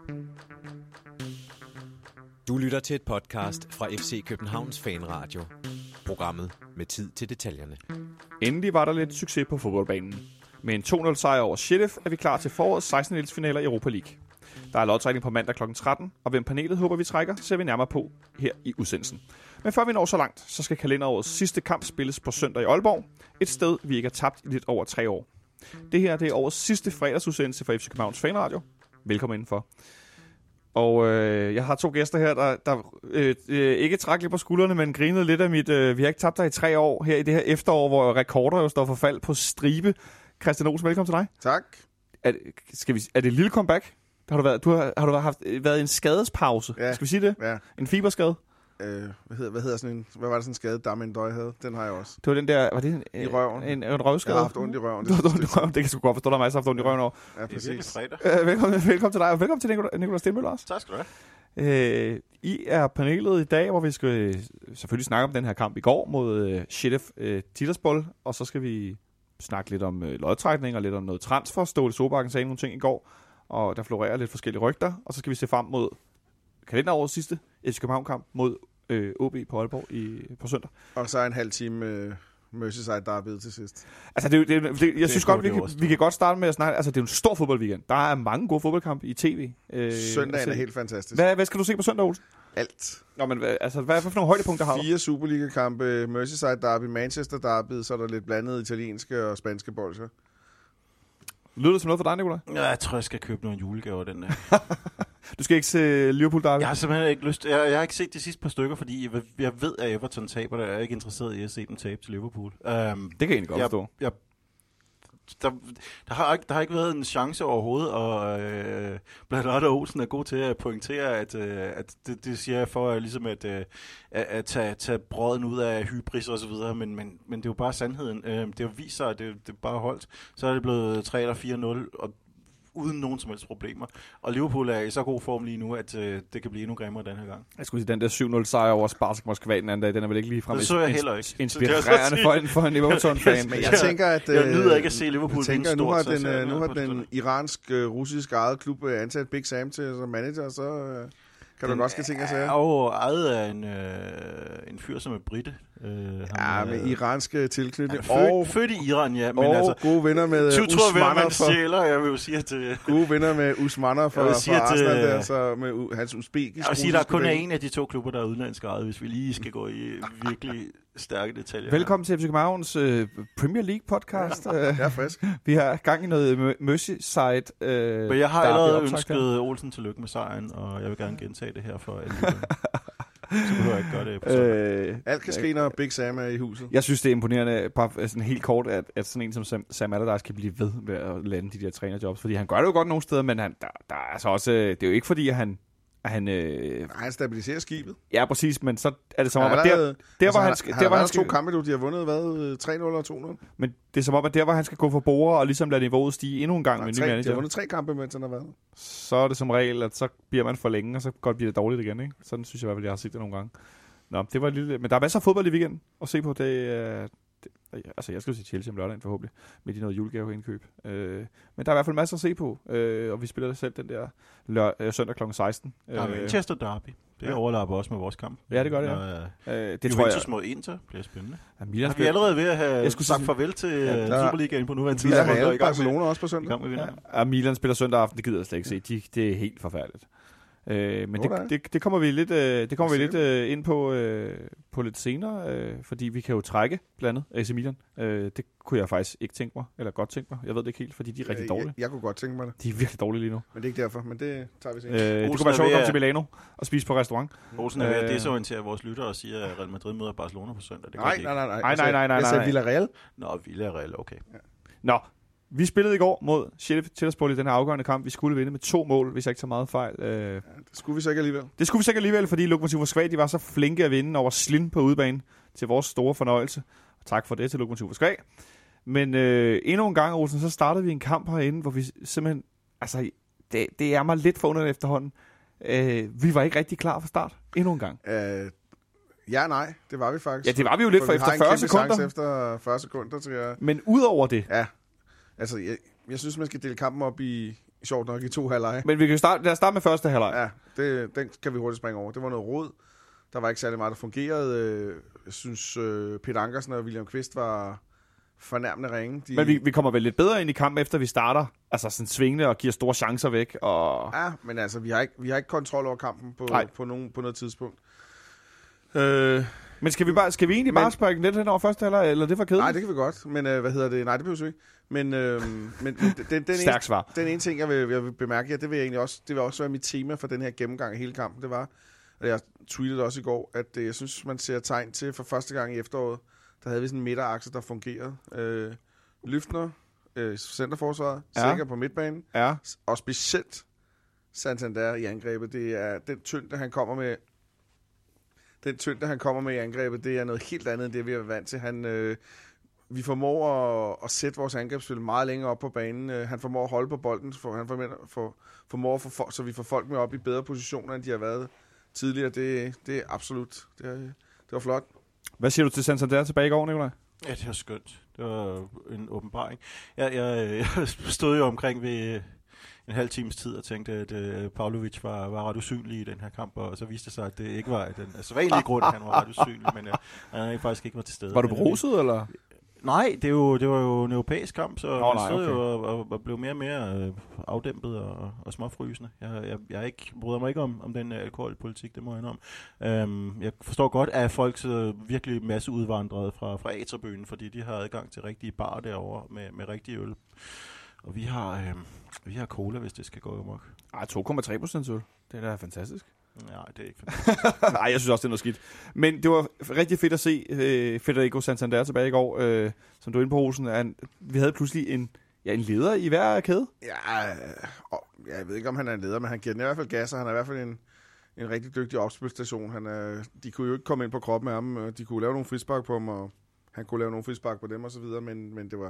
Du lytter til et podcast fra FC Københavns Fanradio. Programmet med tid til detaljerne. Endelig var der lidt succes på fodboldbanen. Med en 2-0 sejr over Sheriff er vi klar til forårets 16. finaler i Europa League. Der er lodtrækning på mandag kl. 13, og hvem panelet håber vi trækker, ser vi nærmere på her i udsendelsen. Men før vi når så langt, så skal kalenderårets sidste kamp spilles på søndag i Aalborg. Et sted, vi ikke har tabt i lidt over 3 år. Det her det er årets sidste fredagsudsendelse for FC Københavns Fanradio. Velkommen indenfor. Og jeg har 2 gæster her, der ikke trak lidt på skuldrene, men grinede lidt af mit... vi har ikke tabt dig i 3 år her i det her efterår, hvor rekorder jo står for fald på stribe. Christian Olsen, velkommen til dig. Tak. Er det et lille comeback? Har du været i en skadespause? Ja. Skal vi sige det? Ja. En fiberskade? Hvad hedder sådan en... Hvad var det sådan en skade, Damien Døj havde? Den har jeg også. Det var den der... Var det I røven. En røvskade? Jeg har haft ondt i røven. Det kan sgu godt forstå, der er masser af haft ondt i røven over. Ja, præcis. Velkommen til dig, og velkommen til Nicolai Stenmøller også. Tak skal du have. I er panelet i dag, hvor vi skal selvfølgelig snakke om den her kamp i går mod Sheriff Tiraspol, og så skal vi snakke lidt om lodtrækning og lidt om noget transfer. Ståle Sobakken sagde nogle ting i går, og der florerer lidt forskellige rygter, og så skal vi se frem mod kalenderårets sidste FC København-kamp mod OB på Aalborg på søndag. Og så en halv time Merseyside derby til sidst. Altså, jeg synes godt, vi kan godt starte med at snakke. Altså, det er en stor fodboldweekend. Der er mange gode fodboldkampe i tv. Søndagen er helt fantastisk. Hvad skal du se på søndag, Olsen? Alt. Nå, men altså, hvad for nogle højdepunkter har du? 4 Superliga-kampe, Merseyside derby, Manchester derby, så er der lidt blandet italienske og spanske bolcher. Lyder det som noget for dig, Nicolai? Ja, jeg tror, jeg skal købe nogle julegaver den dag. Du skal ikke se Liverpool derby? Jeg har simpelthen ikke lyst. Jeg har ikke set de sidste par stykker, fordi jeg ved, at Everton taber det. Jeg er ikke interesseret i at se dem tabe til Liverpool. Det kan jeg egentlig godt forstå. Der har ikke været en chance overhovedet, og blandt andet Olsen er god til at pointere, at det siger jeg for ligesom at tage brøden ud af hybris og så videre, men det er jo bare sandheden. Det har vist sig, at det bare holdt. Så er det blevet 3 eller 4-0, og uden nogen som helst problemer. Og Liverpool er i så god form lige nu, at det kan blive endnu grimmere den her gang. Jeg skulle sige, den der 7-0 sejr over Spartak Moskva den anden dag, den er vel ikke ligefrem inspirerende for en Everton-fan. Men jeg tænker, at... Jeg nyder ikke at se Liverpool vinde stort. Nu har den iransk-russisk eget klub ansat Big Sam til som manager, så... Kan du godt skal tænke at sige? Den er jo ejet af en fyr, som er brite. Med iranske tilknytning. Født i Iran, ja. Men og altså, gode venner med Usmaner. Jeg vil jo sige, at... Gode venner med Usmaner fra Arsenal der, så med hans usbekiske... Jeg vil sige, at der kun er en af de 2 klubber, der er udenlandsk ejet, hvis vi lige skal gå i virkelig stærke detaljer. Velkommen til FC Københavns Premier League podcast. Jeg er frisk. Vi har gang i noget Merseyside. Men jeg har allerede ønsket Olsen tillykke med sejren, og jeg vil gerne gentage det her for alle. Så behøver jeg ikke gøre det på søndag. Alt kan ske, når Big Sam er i huset. Jeg synes, det er imponerende, bare sådan helt kort, at sådan en som Sam Allardyce kan blive ved med at lande de der trænerjobs, fordi han gør det jo godt nogle steder, men der er altså også, det er jo ikke fordi, at han stabiliserer skibet. Ja, præcis, men så er det som om, at der var han 2 kampe, de har vundet, 3-0 eller 2-0? Men det er som om, at der hvor han skal gå for bord og ligesom lade niveauet stige endnu en gang med en ny manager. De har vundet 3 kampe, mens han har været. Så er det som regel, at så bliver man for længe, og så godt bliver det dårligt igen, ikke? Sådan synes jeg i hvert fald, jeg har set det nogle gange. Nå, det var lille, men der er masser af fodbold i weekenden at se på. Altså, jeg skal jo se Chelsea om lørdagen forhåbentlig, midt i noget julegaveindkøb. Men der er i hvert fald masser at se på, og vi spiller selv den der søndag kl. 16. Manchester derby. Det overlapper også med vores kamp. Ja, det gør det, ja. Det tror jeg. Mod Inter bliver spændende. Ja, vi er allerede ved at have sagt farvel til Superligaen på nuværende tid. Real Barcelona også på søndag. Ja, Milan spiller søndag aften, det gider jeg slet ikke se. Det er helt forfærdeligt. Men det kommer vi lidt ind på lidt senere, fordi vi kan jo trække blandt andet AC Milan. Det kunne jeg faktisk ikke tænke mig, eller godt tænke mig. Jeg ved det ikke helt, fordi de er rigtig dårlige. Jeg kunne godt tænke mig det. De er virkelig dårlige lige nu. Men det er ikke derfor, men det tager vi senere. Det kunne være sjovt at komme til Milano og spise på restaurant. Olsen er ved at desorientere vores lyttere og siger, at Real Madrid møder Barcelona på søndag. Nej. Jeg sagde Villarreal. Nå, Villarreal, okay. Ja. Nå, vi spillede i går mod Sheriff Tiraspol i den her afgørende kamp. Vi skulle vinde med 2 mål, hvis jeg ikke tager meget fejl. Det skulle vi sikkert alligevel. Det skulle vi sikkert alligevel, fordi Lokomotiv Moskva, de var så flinke at vinde over Slin på udebane til vores store fornøjelse. Og tak for det til Lokomotiv Moskva. Men endnu en gang, Olsen, så startede vi en kamp herinde, hvor vi simpelthen... Altså, det er mig lidt forunderligt efterhånden. Vi var ikke rigtig klar fra start. Endnu en gang. Ja, nej, det var vi faktisk. Ja, det var vi jo lidt for efter 40 sekunder. Efter 40 sekunder, tror jeg. Men udover det... Ja, altså, jeg synes, man skal dele kampen op i sjovt nok i 2 halvleje. Men vi kan lad os starte med første halvleg. Ja, den kan vi hurtigt springe over. Det var noget rod. Der var ikke særlig meget, der fungerede. Jeg synes, Peter Ankersen og William Kvist var fornærmende ringe. Men vi kommer vel lidt bedre ind i kampen, efter vi starter. Altså sådan svingende og giver store chancer væk. Og... Ja, men altså, vi har ikke kontrol over kampen på noget tidspunkt. Men skal vi egentlig bare sparke lidt hen over første halvleg, eller det var kedeligt? Nej, det kan vi godt. Men Nej, det behøver vi ikke. Men den ene ting, jeg vil bemærke, det vil også være mit tema for den her gennemgang af hele kampen. Det var, og jeg tweetede også i går, at jeg synes, man ser tegn til for første gang i efteråret, der havde vi sådan en midterakse, der fungerede. Lyftner, centerforsvaret, sikker på midtbanen, og specielt Santander i angrebet. Det er den tyngde, han kommer med. Den tyngde, han kommer med i angrebet, det er noget helt andet, end det vi er vant til. Vi formår at sætte vores angrebsspil meget længere op på banen. Han formår at holde på bolden, så vi får folk med op i bedre positioner, end de har været tidligere. Det er absolut. Det var flot. Hvad siger du til Santander tilbage i går, Nikolaj? Ja, det var skønt. Det var en åbenbaring. Jeg stod jo omkring ved en halv times tid og tænkte, at Pavlovic var ret usynlig i den her kamp, og så viste det sig, at det ikke var den sædvanlige grund, at han var ret usynlig, men han faktisk ikke var til stede. Var du beruset, eller? Nej, det var jo en europæisk kamp, så man stod jo og blev mere og mere afdæmpet og småfrysende. Jeg bryder mig ikke om den alkoholpolitik, det må jeg indrømme. Jeg forstår godt, at folk virkelig masse udvandrede fra A-tribunen, fordi de har adgang til rigtige bar derovre med rigtig øl. Og vi har cola, hvis det skal gå amok. 2,3% øl. Det er da fantastisk. Nej, det er ikke fantastisk. Nej, jeg synes også, det er noget skidt. Men det var rigtig fedt at se Federico Santander tilbage i går, som du er inde på, Olsen. Vi havde pludselig en leder i hver kæde. Ja, jeg ved ikke, om han er en leder, men han giver den i hvert fald gas, og han er i hvert fald en rigtig dygtig opspilstation. De kunne jo ikke komme ind på kroppen af ham. De kunne lave nogle frispark på ham, og han kunne lave nogle frispark på dem og så videre, men det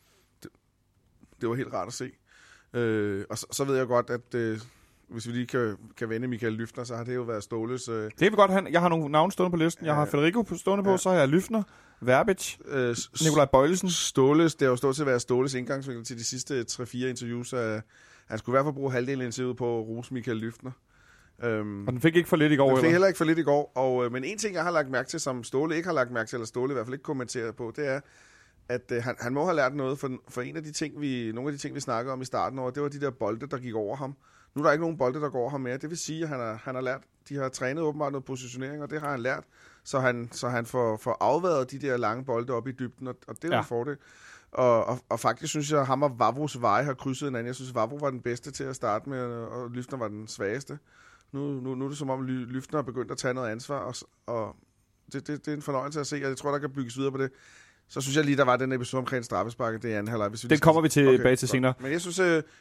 var helt rart at se. Og så ved jeg godt, at hvis vi lige kan vende Michael Lyftner, så har det jo været Ståles... Det er godt. Jeg har nogle navne stående på listen. Jeg har Federico stående på, så har jeg Lyftner, Verbic, Nikolaj Bøjlesen. Det har jo stået til at være Ståles indgangsvinkel til de sidste 3-4 interviews. Han skulle i hvert fald bruge halvdelen af interviewet på at rose Michael Lyftner. Og den fik ikke for lidt i går. Den fik heller ikke for lidt i går. Men en ting, jeg har lagt mærke til, som Ståle ikke har lagt mærke til, eller Ståle i hvert fald ikke kommenteret på, det er, at han må have lært noget for en af de ting, nogle af de ting, vi snakkede om i starten over, det var de der bolde, der gik over ham. Nu er der ikke nogen bolde, der går over ham mere. Det vil sige, at han har lært, de har trænet åbenbart noget positionering, og det har han lært, så han får afværet de der lange bolde op i dybden, og det er en fordel. Og faktisk synes jeg, at ham og Vavros veje har krydset hinanden. Jeg synes, Vavro var den bedste til at starte med, og Lyftner var den svageste. Nu er det som om, Lyftner er begyndt at tage noget ansvar, og det er en fornøjelse at se, og jeg tror, der kan bygges videre på det. Så synes jeg lige, der var den episode omkring straffesparket, det er anden halvleg. Den kommer vi tilbage til senere. Men jeg synes,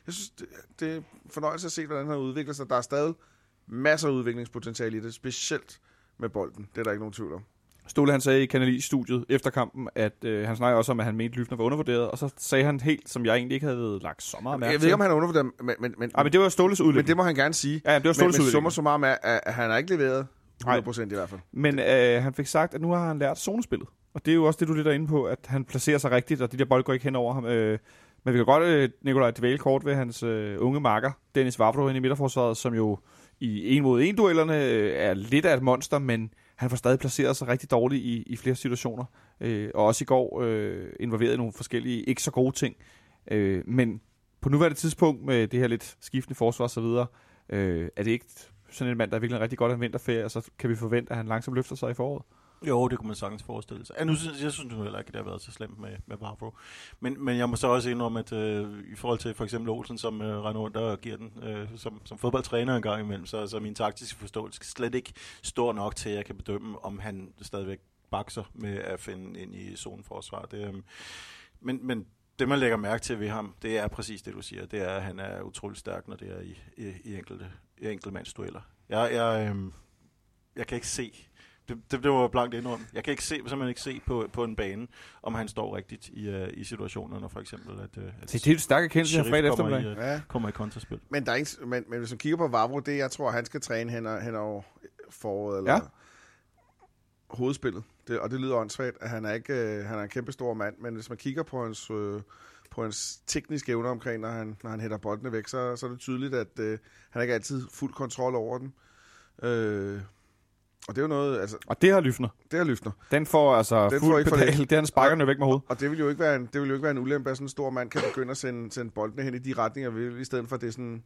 det er en fornøjelse at se, hvordan han udvikler sig. Der er stadig masser af udviklingspotentiale i det, specielt med bolden. Det er der ikke nogen tvivl om. Ståle, han sagde i Kanal I-studiet efter kampen, at han snakkede også om, at han mente, Lyftner var undervurderet, og så sagde han helt, som jeg egentlig ikke havde lagt så meget mærke til. Jeg ved ikke, om han er undervurderet, men det var Ståles udvikling. Men det må han gerne sige. Ja, det var Ståles udvikling. Men summa summarum er, at han har ikke leveret 100% i hvert fald. Men han fik sagt, at nu har han lært zonespillet. Og det er jo også det, du lidt er inde på, at han placerer sig rigtigt, og de der bolde går ikke hen over ham. Men vi kan godt, Nikolaj, dvæle kort ved hans unge makker, Dennis Vavro, i midterforsvaret, som jo i 1-mod-1-duellerne er lidt af et monster, men han får stadig placeret sig rigtig dårligt i flere situationer. Og også i går involveret i nogle forskellige ikke så gode ting. Men på nuværende tidspunkt med det her lidt skiftende forsvar og så videre, er det ikke sådan en mand, der er virkelig rigtig godt af en vinterferie, og så kan vi forvente, at han langsomt løfter sig i foråret. Jo, det kunne man sagtens forestille sig. Jeg synes nu heller ikke, at det har været så slemt med Vavro. Men jeg må så også indrømme, at i forhold til for eksempel Olsen, som render rundt og giver den som fodboldtræner en gang imellem, så min taktiske forståelse slet ikke stor nok til, at jeg kan bedømme, om han stadigvæk bakser med at finde ind i zoneforsvar. Men det, man lægger mærke til ved ham, det er præcis det, du siger. Det er, at han er utrolig stærk, når det er i enkeltmandsdueller. Jeg kan ikke se... Det var blankt indrømme. Jeg kan simpelthen ikke se på en bane, om han står rigtigt i situationerne, for eksempel at det er et stærkt erkendelse her fredag eftermiddag. Kommer i kontraspil. Men hvis man kigger på Vavro, det jeg tror, han skal træne hen over foråret, eller hovedspillet. Og det lyder åndssvagt, at han er en kæmpe stor mand, men hvis man kigger på på hans tekniske evner omkring, når han hætter boldene væk, så er det tydeligt, at han ikke altid fuld kontrol over den. Og det er jo noget, altså... Og det har Lyftner. Den får altså fuld pedal. Det han sparker den væk med hovedet. Og det vil jo ikke være en ulempe, at sådan en stor mand kan begynde at sende boldene hen i de retninger, i stedet for det sådan...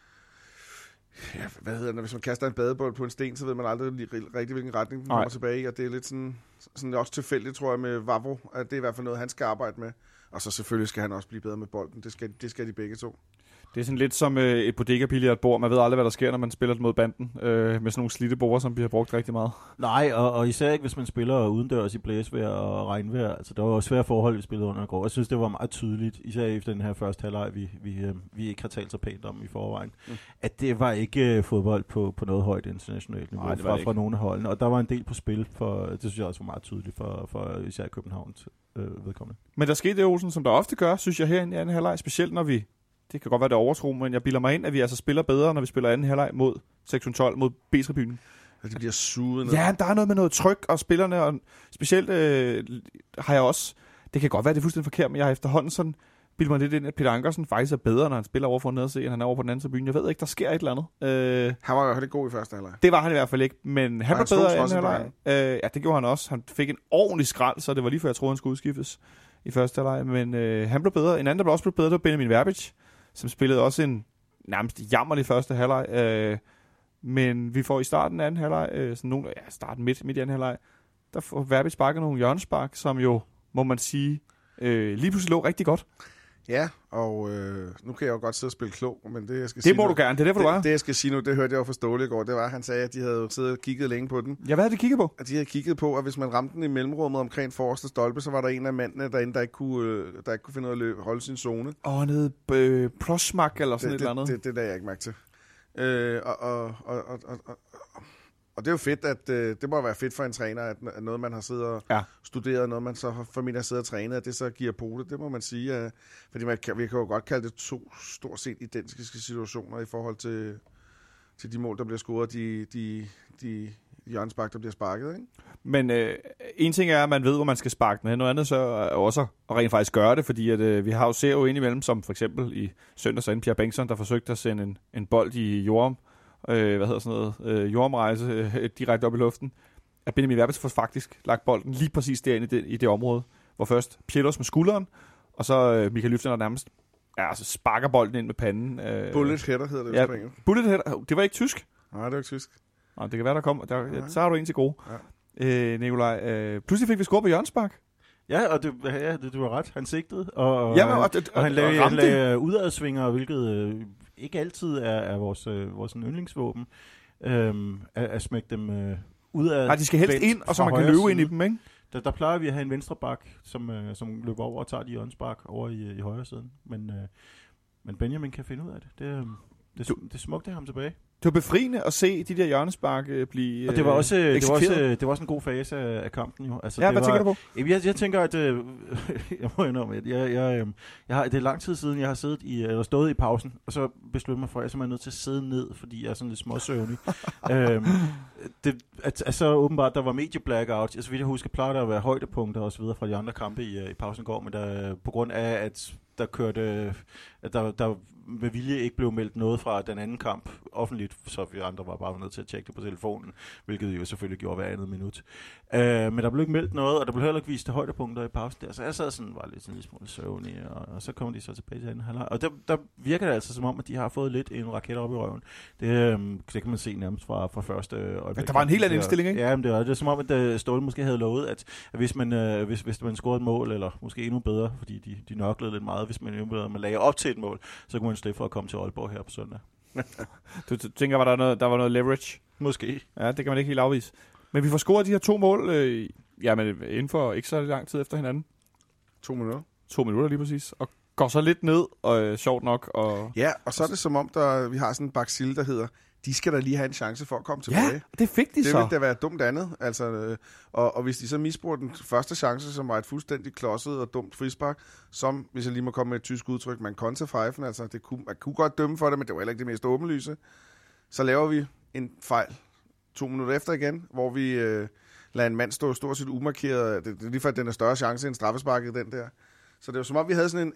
Ja, hvad hedder det? Hvis man kaster en badebold på en sten, så ved man aldrig rigtig, hvilken retning den kommer tilbage i. Og det er lidt sådan også tilfældigt, tror jeg, med Vavro, at det er i hvert fald noget, han skal arbejde med. Og så selvfølgelig skal han også blive bedre med bolden. Det skal de begge to. Det er sådan lidt som et bodega-billiardbord. Man ved aldrig, hvad der sker, når man spiller mod banden med sådan nogle slidte borde, som bliver brugt rigtig meget. Nej, og især ikke, hvis man spiller udendørs i blæsvejr og regnvejr. Altså, der var jo svære forhold, vi spillede under i går. Jeg synes, det var meget tydeligt, især efter den her første halvleg, vi ikke har talt så pænt om i forvejen, at det var ikke fodbold på noget højt internationalt niveau. Nej, fra nogle af holdene. Og der var en del på spil, det synes jeg også var meget tydeligt for især Københavns vedkommende. Men der skete det, Olsen, som der ofte gør, synes jeg, her i anden halvleg, specielt når vi... Det kan godt være, det overtro, men jeg bilder mig ind, at vi altså spiller bedre, når vi spiller anden halvleg mod sektion 12, mod B-tribunen. Ja, det bliver suget ned. Ja, der er noget med noget tryk, og spillerne, og specielt har jeg også... Det kan godt være, det er fuldstændig forkert, men jeg har efterhånden sådan... Bilder mig lidt ind, at Peter Ankersen faktisk er bedre, når han spiller over for en nederse, end han er over på den anden tribune. Jeg ved ikke, der sker et eller andet. Han var i hvert fald ikke god i første halvleg. Det var han i hvert fald ikke, men han var bedre i anden halvleg. Ja, det gjorde han også. Han fik en ordentlig skrald, så det var lige før, jeg troede, han skulle udskiftes i første halvleg. Men han blev bedre. En anden, der blev også blevet bedre, det var Benjamin Verbic, som spillede også en nærmest jammerlig første halvleg. Men vi får i starten af anden halvleg, starten midt i anden halvleg, der får Verbic sparket nogle hjørnespark, som jo, må man sige, lige pludselig lå rigtig godt. Ja, og nu kan jeg jo godt sidde og spille klog, men det jeg skal det sige må nu, du gerne, det er derfor, du er. Det jeg skal sige nu, det hørte jeg jo fra Ståle i går, det var, at han sagde, at de havde siddet og kigget længe på den. Ja, hvad havde de kigget på? At de havde kigget på, at hvis man ramte den i mellemrummet omkring forreste stolpe, så var der en af mændene derinde, der ikke kunne finde ud af at holde sin zone. Nede Prosmak eller sådan et eller andet. Det lagde jeg ikke mærke til. Og det er jo fedt, at det må være fedt for en træner, at noget, man har siddet og studeret, noget, man så formentlig har siddet og trænet, at det så giver pote. Det må man sige. Fordi vi kan jo godt kalde det to stort set identiske situationer i forhold til de mål, der bliver scoret, de hjørnespark, der bliver sparket. Ikke? Men en ting er, at man ved, hvor man skal sparke den hen. Noget andet så er også at rent faktisk gøre det, fordi at, vi har jo ser jo indimellem, som for eksempel i søndags Pierre Bengtsson, der forsøgte at sende en bold i jordomrejse direkte op i luften, at Benjamin Verbic får faktisk lagt bolden lige præcis derinde i det område, hvor først Pielos med skulderen, og så Michael Lyftner nærmest sparker bolden ind med panden. Bullet header hedder det. Ja, bullet header. Det var ikke tysk? Nej, det var ikke tysk. Nej, det kan være, der kommer. Så har du en til gode. Ja. Nikolaj, pludselig fik vi score på hjørnespark. Ja, og det var ret. Han sigtede, og han lagde udadsvinger, hvilket ikke altid er vores yndlingsvåben. At smække dem ud af... Nej, de skal helst ind, og så man kan løbe ind i dem, ikke? Der plejer vi at have en venstre bak, som løber over og tager de hjørnespark over i højre siden. Men Benjamin kan finde ud af det. Det smugte ham tilbage. Det var befriende at se de der hjørnespark blive og det var også en god fase af kampen jo. Altså, hvad tænker du på? Jeg tænker at jeg må indrømme, at det er lang tid siden jeg har stået i pausen, og så besluttede mig for, at jeg simpelthen er nødt til at sidde ned, fordi jeg er sådan lidt småsøvnig. Altså åbenbart der var medieblackout. Så vidt jeg husker, plejer der at være højdepunkter og så videre fra de andre kampe i pausen går, men der på grund af at der kørte, at der med vilje ikke blev meldt noget fra den anden kamp offentligt, så vi andre var bare nødt til at tjekke det på telefonen, hvilket jo selvfølgelig gjorde hver andet minut. Men der blev ikke meldt noget, og der blev heller ikke vist højdepunkter i pausen der, så jeg sad sådan, var lidt smule søvnig, og så kom de så tilbage til anden halvleg. Og der virker det altså som om, at de har fået lidt en raket op i røven. Det kan man se nærmest fra første øjeblik. Ja, der var en helt anden indstilling, ikke? Ja, men det er som om, at Ståle måske havde lovet, at hvis man scorede et mål, eller måske endnu bedre, fordi de nøklede lidt meget, hvis man lagde op til et mål, så kunne man slippe for at komme til Aalborg her på søndag. Du tænker, der var noget leverage? Måske. Ja, det kan man ikke helt afvise. Men vi får scoret de her 2 mål, inden for ikke så lang tid efter hinanden. 2 minutter. 2 minutter lige præcis. Og går så lidt ned, og sjovt nok. Ja, og så er det som om, vi har sådan en baksille, der hedder, de skal da lige have en chance for at komme tilbage. Ja, det fik de så. Det ville da være dumt andet. Altså, og hvis de så misbruger den første chance, som var et fuldstændig klodset og dumt frispark, som, hvis jeg lige må komme med et tysk udtryk, man kontefejfen, altså man kunne godt dømme for det, men det var heller ikke det mest åbenlyse. Så laver vi en fejl 2 minutter efter igen, hvor vi lader en mand stå stort set umarkeret. Det er lige for, at den er større chance end straffesparket, den der. Så det var som om, vi havde sådan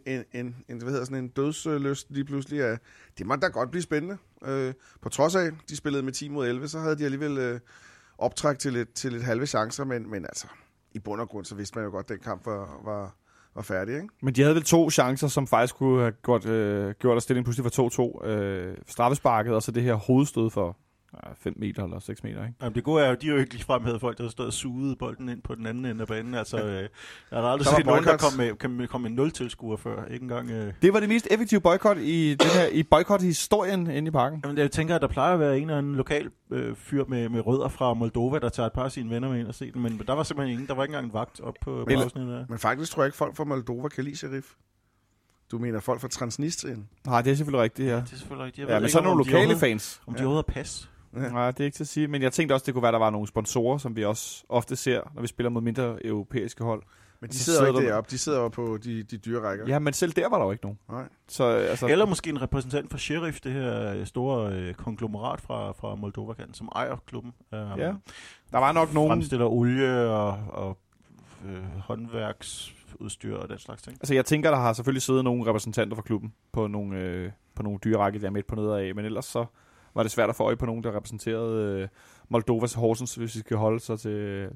en dødslyst lige pludselig. Af, det må da godt blive spændende. På trods af, de spillede med 10 mod 11, så havde de alligevel optræk til lidt halve chancer, men altså, i bund og grund, så vidste man jo godt, at den kamp var færdig, ikke? Men de havde vel 2 chancer, som faktisk kunne have gjort at stillingen pludselig for 2-2. Straffesparket, og så det her hovedstød for 5 meter eller 6 meter, ikke? Jamen, det gode er jo, de er jo ikke lige fremhævet folk, der har stået og suget bolden ind på den anden ende af banen. Altså, jeg har aldrig set nogen, der kom med 0 tilskuere før. Ikke engang, Det var det mest effektive boykot i boykot-historien inde i parken. Jamen, jeg tænker, at der plejer at være en eller anden lokal fyr med rødder fra Moldova, der tager et par af sine venner med ind og se den. Men der var simpelthen ingen. Der var ikke engang en vagt op på afsnittet. Men faktisk tror jeg ikke, folk fra Moldova kan lide Sheriff. Du mener folk fra Transnistrien? Nej, det er selvfølgelig rigtigt, ja. Det er selvfølgelig rigtigt. Ja, men så er nogle lokale fans. Om de overhovedet pas. Ja. Nej, det er ikke til at sige, men jeg tænkte også, det kunne være, der var nogle sponsorer, som vi også ofte ser, når vi spiller mod mindre europæiske hold. Men de sidder jo ikke deroppe, de sidder jo på de dyre rækker. Ja, men selv der var der jo ikke nogen. Nej. Så, altså... Eller måske en repræsentant for Sheriff, det her store konglomerat fra Moldova, som ejer klubben. Ja, der var nok nogen... Fremstiller olie og håndværksudstyr og den slags ting. Altså jeg tænker, der har selvfølgelig siddet nogle repræsentanter for klubben på nogle dyre rækker, der er midt på nede af, men ellers så var det svært at få øje på nogen, der repræsenterede Moldovas Horsens, hvis vi skal holde sig til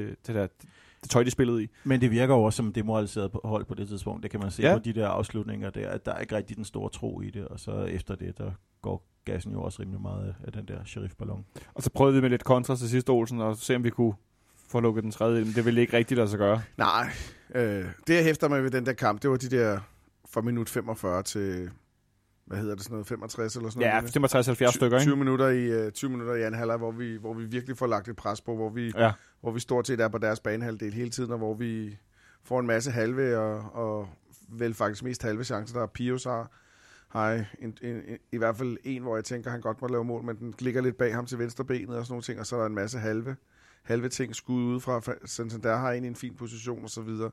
det tøj, de spillede i. Men det virker jo også som demoraliseret hold på det tidspunkt. Det kan man se på de der afslutninger der, at der er ikke rigtig den store tro i det, og så efter det, der går gassen jo også rimelig meget af den der sheriffballon. Og så prøvede vi med lidt kontra til sidste, Olsen, og se om vi kunne få lukket den tredje, men det ville ikke rigtigt at så gøre. Nej, det jeg hæfter mig ved den der kamp, det var de der fra minut 45 til... Hvad hedder det, sådan noget, 65 eller sådan noget? Ja, 65-70 stykker, ikke? 20 minutter i anden halvleg, hvor vi virkelig får lagt et pres på, hvor vi stort set er på deres banehalvdel hele tiden, og hvor vi får en masse halve, og vel faktisk mest halve chancer, der Pius har i hvert fald en, hvor jeg tænker, han godt må lave mål, men den ligger lidt bag ham til venstre benet og sådan nogle ting, og så er der en masse halve ting skud udefra, Santander har en i en fin position og så videre.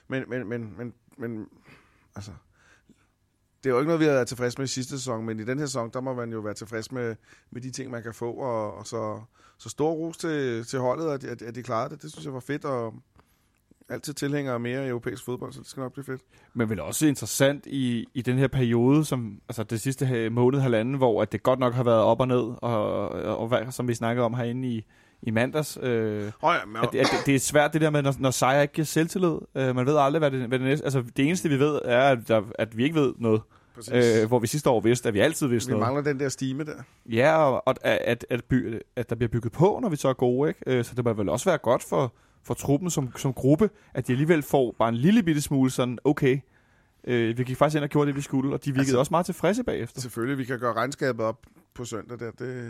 Men altså... Det er jo ikke noget, vi har været tilfreds med i sidste sæson, men i den her sæson, der må man jo være tilfreds med de ting, man kan få, og så stor ros til holdet, at de klarede det. Det synes jeg var fedt, og altid tilhænger af mere europæisk fodbold, så det skal nok blive fedt. Men vel også interessant i den her periode, som altså det sidste måned, halvanden, hvor at det godt nok har været op og ned, og som vi snakkede om herinde i mandags. At det er svært det der med, når sejr ikke giver selvtillid. Man ved aldrig, hvad det næste... Altså, det eneste, vi ved, er, at vi ikke ved noget. Hvor vi sidste år vidste, at vi altid vidste noget. Vi mangler den der stime der. Ja, og at der bliver bygget på, når vi så er gode, ikke? Så det må vel også være godt for truppen som gruppe, at de alligevel får bare en lille bitte smule sådan, okay, vi gik faktisk ind og gjorde det, vi skulle, og de virkede også meget tilfredse bagefter. Selvfølgelig, vi kan gøre regnskabet op på søndag der,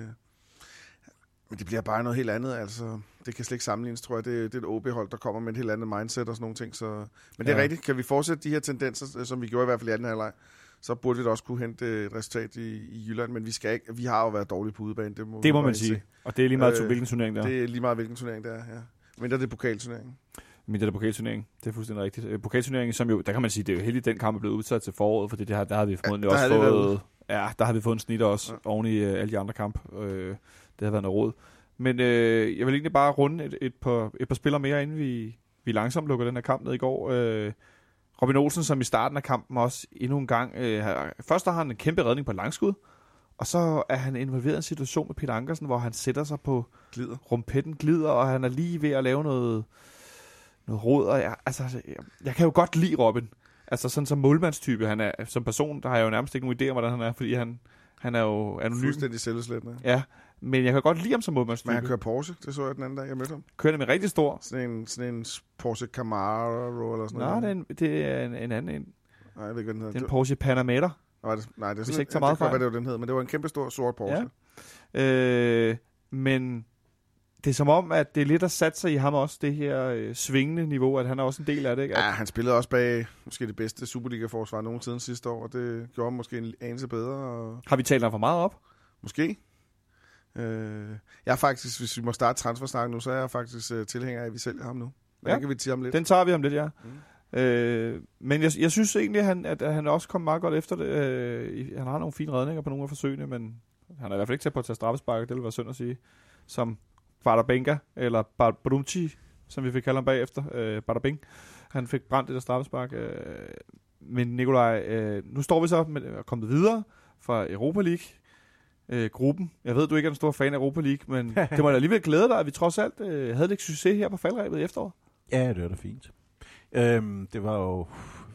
men det bliver bare noget helt andet, altså. Det kan slet ikke sammenlignes, tror jeg. Det er et OB-hold, der kommer med et helt andet mindset og sådan nogle ting. Så... Men det er rigtigt. Kan vi fortsætte de her tendenser, som vi gjorde i hvert fald i anden halvleg, så burde vi da også kunne hente et resultat i Jylland. Men vi skal ikke. Vi har jo været dårlige på udebane. Det må man sige. Og det er lige meget hvilken turnering der er. Det er lige meget hvilken turnering der er, ja. Mindre det er pokalturneringen. Mindre det er pokalturneringen. Det er fuldstændig rigtigt. Pokalturneringen, som jo, der kan man sige, det er jo heldigt, den kamp er blevet udsat til foråret, fordi der har vi formodentlig også fået... Ja, der har vi fået en snit også oven i alle de andre kamp. Det har været noget råd. Men jeg vil egentlig bare runde et par spillere mere, inden vi langsomt lukker den her kamp ned i går. Robin Olsen, som i starten af kampen også endnu en gang... først har han en kæmpe redning på langskud, og så er han involveret i en situation med Peter Ankersen, hvor han sætter sig på rumpetten, glider, og han er lige ved at lave noget råd. Og jeg kan jo godt lide Robin. Altså sådan som målmandstype, han er som person, der har jeg jo nærmest ikke nogen idé om, hvordan han er, fordi han er jo anonym. Fuldstændig selvslættende. Ja, men jeg kan godt lide ham som målmandstype. Men han kører Porsche, det så jeg den anden dag, jeg mødte ham. Kører dem rigtig stor. Sådan en Porsche Camaro eller sådan noget. Nej, det er en anden en. Nej, jeg ved ikke, hvad den hedder. Det er en Porsche Panamera. Nej, det er sådan, ikke meget det var den hed, men det var en kæmpe stor sort Porsche. Ja. Men det er som om, at det er lidt at satse sig i ham også, det her svingende niveau, at han er også en del af det, ikke? Ja, han spillede også bag måske det bedste Superliga-forsvar nogensinde sidste år, og det gjorde ham måske en anelse bedre. Og... Har vi talt ham for meget op? Måske. Jeg er faktisk, hvis vi må starte transfersnak nu, så er jeg faktisk tilhænger af, at vi sælger ham nu. Ja, kan vi tage ham lidt. Den tager vi om lidt, ja. Men jeg synes egentlig, at han også kom meget godt efter det. Han har nogle fine redninger på nogle af forsøgene, men han er i hvert fald ikke til på at tage straffespark, det vil være synd at sige. Som Bada Benga, eller Badumchi, som vi fik kalde ham bagefter. Bada Bing. Han fik brændt det der straffespark. Men Nikolaj, nu står vi så med at komme videre fra Europa League-gruppen. Jeg ved, du ikke er en stor fan af Europa League, men det må da alligevel glæde dig, at vi trods alt havde lidt succes her på faldrebet i efteråret. Ja, det var da fint. Det var jo...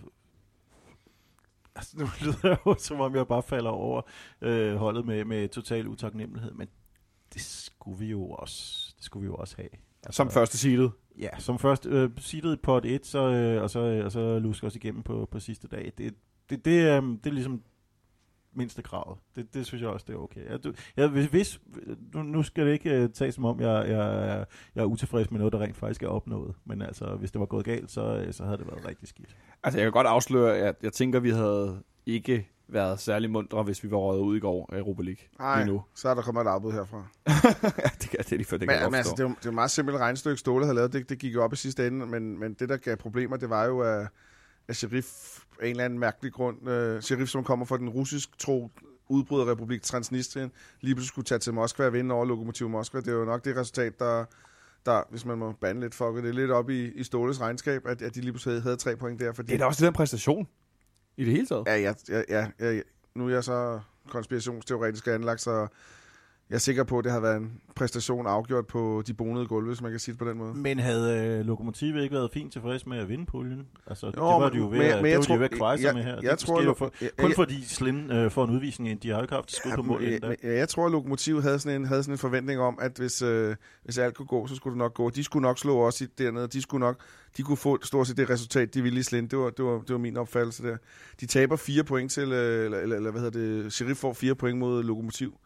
Altså, nu lyder det jo, som om jeg bare falder over holdet med total utaknemmelighed, men det skulle vi jo også have. Altså, Som første seedet. Ja, som først seedet i pot 1, og så lusker os igennem på sidste dag. Det er ligesom mindste kravet. Det synes jeg også, det er okay. Hvis nu skal det ikke tage som om, jeg er utilfreds med noget, der rent faktisk er opnået. Men altså, hvis det var gået galt, så havde det været rigtig skidt. Altså, jeg kan godt afsløre, at jeg tænker, vi havde ikke været særlig mundre, hvis vi var røget ud i går af Europa League. Nej, så er der kommet et afbud herfra. Ja, det er lige før, det kan altså, det er jo et meget simpelt regnestykke, Ståle havde lavet. Det gik jo op i sidste ende, men det, der gav problemer, det var jo, at Sheriff af en eller anden mærkelig grund, Sheriff, som kommer fra den russisk-tro udbryderrepublik Transnistrien, lige pludselig skulle tage til Moskva og vinde over Lokomotiv Moskva. Det er jo nok det resultat, der hvis man må bande lidt for det, er lidt op i Ståles regnskab, at de lige pludselig havde 3 point der. Fordi det er da også den præstation i det hele taget. Ja. Nu er jeg så konspirationsteoretisk anlagt, så jeg er sikker på, at det har været en præstation afgjort på de bonede gulve, hvis man kan sige det på den måde. Men havde Lokomotiv ikke været fint tilfreds med at vinde puljen? Altså, det var de jo ved at kvejse sig med her. Kun fordi Slind får en udvisning, de har jo ikke haft skud på mål. Jeg tror, at Lokomotiv havde sådan en forventning om, at hvis alt kunne gå, så skulle det nok gå. De skulle nok slå os dernede. De kunne få stort set det resultat, de ville i Slind. Det var min opfattelse der. De taber 4 point til, eller hvad hedder det, Sheriff får 4 point mod Lokomotiv.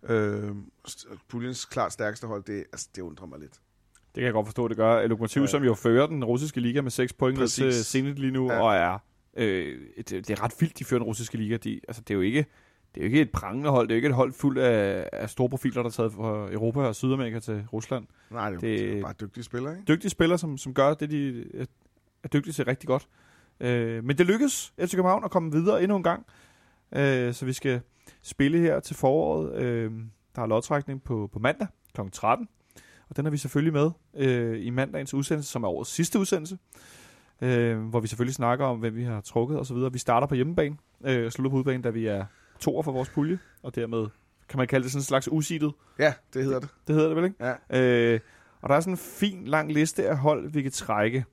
Puljens klart stærkeste hold, det undrer mig lidt. Det kan jeg godt forstå, det gør. Lokomotiv, som jo fører den russiske liga med 6 point ned til Zenit lige nu, og er det er ret vildt, de fører den russiske liga. Det er jo ikke et prangende hold, det er jo ikke et hold fuldt af store profiler, der er taget fra Europa og Sydamerika til Rusland. Nej, det er bare dygtige spillere, ikke? Dygtige spillere, som gør det, de er dygtige til rigtig godt. Men det lykkedes FC København at komme videre endnu en gang, så vi skal spille her til foråret. Der er lodtrækning på mandag kl. 13, og den er vi selvfølgelig med i mandagens udsendelse, som er årets sidste udsendelse, hvor vi selvfølgelig snakker om, hvem vi har trukket osv. Vi starter på hjemmebane og slutter på udebane, da vi er toer for vores pulje, og dermed kan man kalde det sådan en slags useedet. Ja, det hedder det. Det hedder det vel, ikke? Ja. Og der er sådan en fin, lang liste af hold, vi kan trække.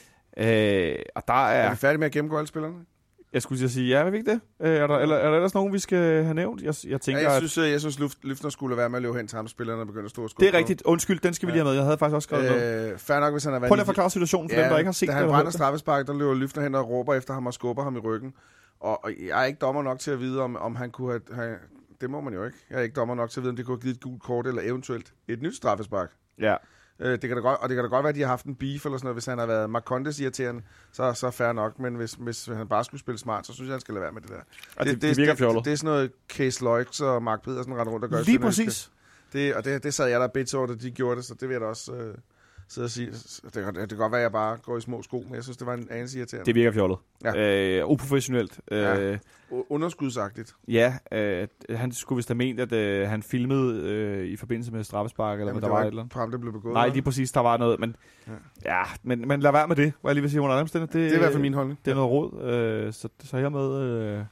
Og der er vi færdige med at gennemgå alle spillerne? Jeg skulle sige, ja, er vi ikke det? Er der ellers nogen, vi skal have nævnt? Jeg tænker, jeg synes Løftner skulle være med at løbe hen til ham, spillerne og begynde at stå og skubbe. Det er rigtigt. Undskyld, den skal vi lige have med. Jeg havde faktisk også skrevet noget. Fair nok, hvis han har været... Prøv lige at forklare situationen for dem, der ikke har set det. Da han brænder straffespark, der løber Løftner hen og råber efter ham og skubber ham i ryggen. Og jeg er ikke dommer nok til at vide, om han kunne have... Det må man jo ikke. Jeg er ikke dommer nok til at vide, om det kunne have givet et gult kort eller eventuelt et nyt straffespark. Ja. Det kan da godt være, at de har haft en beef eller sådan noget. Hvis han har været Marcondes irriterende, så fair nok. Men hvis han bare skulle spille smart, så synes jeg, han skal lade være med det der. Ja, det virker fjollet. Det er sådan noget Case Loix og Mark Pedersen render rundt og gør. Lige præcis. Det sad jeg der bedt over, da de gjorde det, så det vil jeg da også sidde og sige. Det kan godt være, at jeg bare går i små sko, men jeg synes, det var en anelse irriterende. Det virker fjollet. Ja. Uprofessionelt. Ja. Underskudsagtigt. Ja, han skulle vist have ment, at han filmede i forbindelse med straffespark, eller hvad der var et eller andet. Frem, det blev begået. Nej, lige præcis, der var noget, men men lad være med det, hvor jeg lige vil sige under andre omstændigheder. Det er i hvert fald min holdning. Det er noget råd, så hermed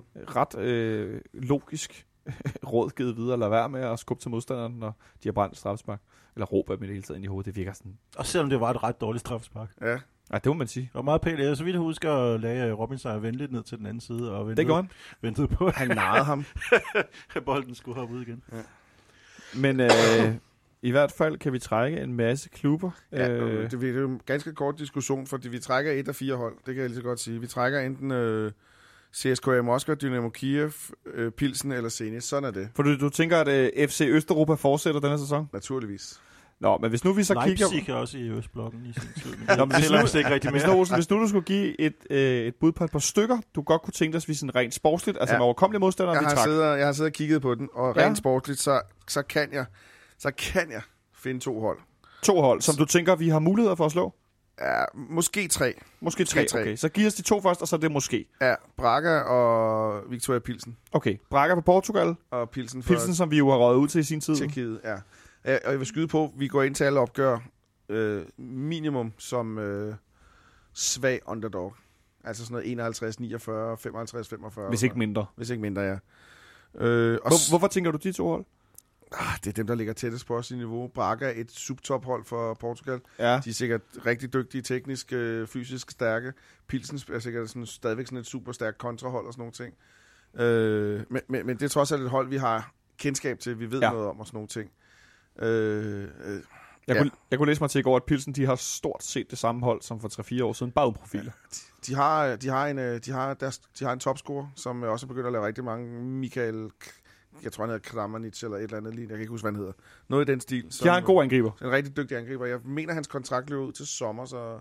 ret logisk råd givet videre, lad være med at skubbe til modstanderen, når de har brændt straffespark, eller råbe dem i det hele taget ind i hovedet, det virker sådan. Og selvom det var et ret dårligt straffespark. Ja. Ja, det må man sige. Og meget pænt. Så vidt jeg husker at lade Robin sig vende lidt ned til den anden side. Og ventede på. Han narrede ham. Bolden skulle hoppe ud igen. Ja. Men i hvert fald kan vi trække en masse klubber. Ja, det er jo en ganske kort diskussion, fordi vi trækker 1 af 4 hold. Det kan jeg lige så godt sige. Vi trækker enten CSKA Moskva, Dynamo Kiev, Pilsen eller Zenit. Sådan er det. For du tænker, at FC Østeuropa fortsætter denne sæson? Naturligvis. Nå, men hvis nu vi så Leipzig kigger... også i Østblokken i sin tid. Nå, men hvis nu du skulle give et bud på et par stykker, du godt kunne tænke dig, hvis en rent sportsligt, altså med overkommelige modstandere, vi træk. Jeg har siddet og kigget på den, og rent sportsligt, så kan jeg finde 2 hold. 2 hold, som du tænker, vi har muligheder for at slå? Ja, måske 3. Måske 3, okay. Så giv os de 2 først, og så er det måske. Ja, Braga og Victoria Pilsen. Okay, Braga på Portugal. Og Pilsen, som vi jo har røget ud til i sin tid. Tjekkiet, ja. Og jeg vil skyde på, vi går ind til alle opgør minimum som svag underdog. Altså sådan noget 51, 49, 55, 45. Hvis ikke mindre. Hvis ikke mindre, ja. Hvorfor tænker du de to hold? Det er dem, der ligger tættest på os i niveau. Braga er et subtophold for Portugal. Ja. De er sikkert rigtig dygtige, teknisk, fysisk stærke. Pilsen er sikkert sådan, stadigvæk sådan et super stærkt kontrahold og sådan nogle ting. Men det er trods alt et hold, vi har kendskab til. Vi ved noget om og sådan nogle ting. Jeg kunne læse mig til i går, at Pilsen de har stort set det samme hold som for 3-4 år siden, bare uden profiler. De har en topscorer, som også er begyndt at lave rigtig mange. Michael, jeg tror han hedder Kramanic eller et eller andet lignende. Jeg kan ikke huske, hvad han hedder. Noget i den stil. De har en god angriber. En rigtig dygtig angriber. Jeg mener, hans kontrakt løber ud til sommer, så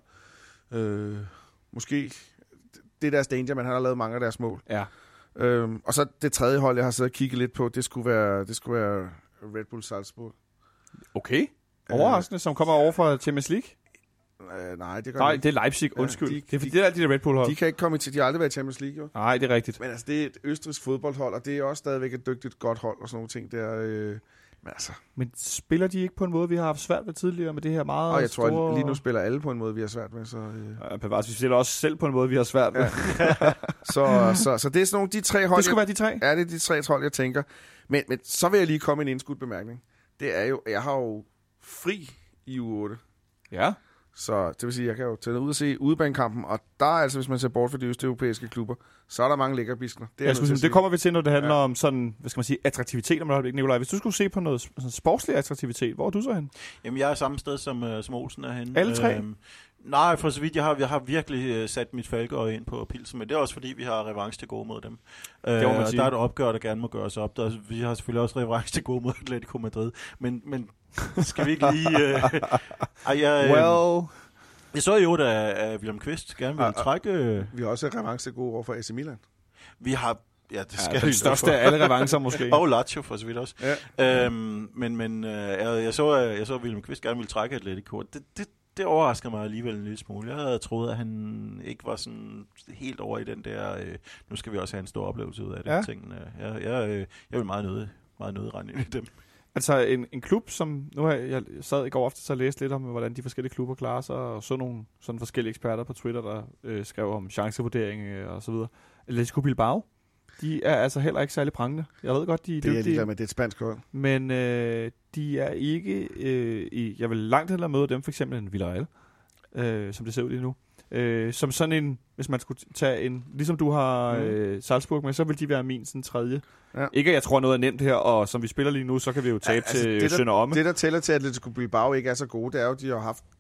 måske det er deres danger, men han har lavet mange af deres mål. Ja. Og så det tredje hold, jeg har siddet og kigget lidt på, det skulle være Red Bull Salzburg. Okay. Overraskende, som kommer over fra Champions League? Nej, det gør Nej, det er Leipzig. Undskyld. Det er fordi, det er de der Red Bull-hold. De kan ikke komme til. De har aldrig været i Champions League, jo. Nej, det er rigtigt. Men altså, det er et østrigsk fodboldhold, og det er også stadigvæk et dygtigt, godt hold og sådan nogle ting der. Men spiller de ikke på en måde, vi har haft svært ved tidligere med det her meget og jeg store... tror, lige nu spiller alle på en måde, vi har svært med. Så, vi spiller også selv på en måde, vi har svært med. Ja. så det er sådan nogle de tre hold... Det skulle være de tre? Ja, det er de tre hold, jeg tænker. Men så vil jeg lige komme en indskudt bemærkning. Det er jo, jeg har jo fri i uge 8. Ja. Så det vil sige, jeg kan jo tage ud og se udebanekampen, og der er altså, hvis man ser bort fra de østeuropæiske klubber, så er der mange lækre biskner. Det kommer vi til, når det handler om sådan, hvad skal man sige, attraktivitet. Nikolaj, hvis du skulle se på noget sådan sportslig attraktivitet, hvor er du så hen? Jamen, jeg er samme sted som Olsen er henne. Alle tre? Nej, for så vidt, jeg har virkelig sat mit falkeøje ind på Pilsen, men det er også fordi, vi har revanche til gode mod dem. Der er et opgør, der gerne må gøres op. Vi har selvfølgelig også revanche til gode mod Atletico Madrid, men skal vi ikke lige... Jeg så jo, at William Kvist gerne vil trække... Vi har også revanche til gode over for AC Milan. Vi har... Ja, det skal den største af alle revancer måske. Og Lazio for så vidt også. Ja. Men jeg så William Kvist gerne ville trække Atletico. Det overrasker mig alligevel en lille smule. Jeg havde troet, at han ikke var sådan helt over i den der... nu skal vi også have en stor oplevelse ud af det. Tingene. Jeg vil meget nødig rende ind i dem. Altså en klub, som... Nu har jeg sad i går ofte så læste lidt om, hvordan de forskellige klubber klarer sig, og så nogle sådan forskellige eksperter på Twitter, der skrev om chancevurdering og så videre. Atletico Bilbao, de er altså heller ikke særlig prangende. Jeg ved godt, de er dygtige. Det er ligeglad med, det er et spansk hold. Men de er ikke... jeg vil langt hellere møde dem, for eksempel en Villarreal, som det ser ud lige nu. Som sådan en, hvis man skulle tage en, ligesom du har Salzburg med, så vil de være min sådan tredje. Ja. Ikke at jeg tror noget er nemt her, og som vi spiller lige nu, så kan vi jo tabe til Sønder Omme. Det der tæller til, at Atletico Bilbao ikke er så gode, det er jo, de har haft,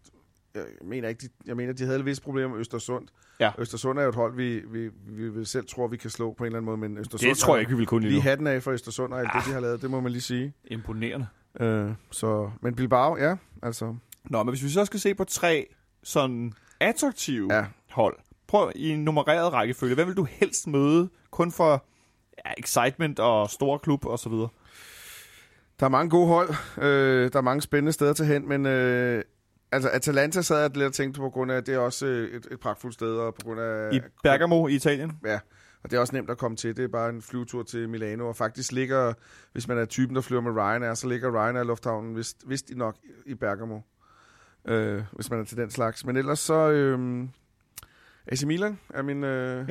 jeg mener, de havde et vist problem med Østersund. Ja. Østersund er jo et hold, vi selv tror, vi kan slå på en eller anden måde, men Østersund... Det tror jeg ikke, vi vil kunne lige nu. Lige hatten af for Østersund og alt det, de har lavet, det må man lige sige. Imponerende. Men Bilbao, ja, altså... Nå, men hvis vi så skal se på tre sådan attraktive hold, prøv i en nummereret rækkefølge. Hvad vil du helst møde, kun for excitement og store klub og så videre? Der er mange gode hold. Der er mange spændende steder til hen, men altså Atalanta sad jeg lidt og tænkte på grund af, at det er også et pragtfuldt sted, og på grund af... I Bergamo i Italien? Ja, og det er også nemt at komme til. Det er bare en flyvetur til Milano, og faktisk ligger, hvis man er typen, der flyver med Ryanair, så ligger Ryanair Lufthavnen vist nok i Bergamo. Hvis man er til den slags. Men ellers så... AC Milan er min...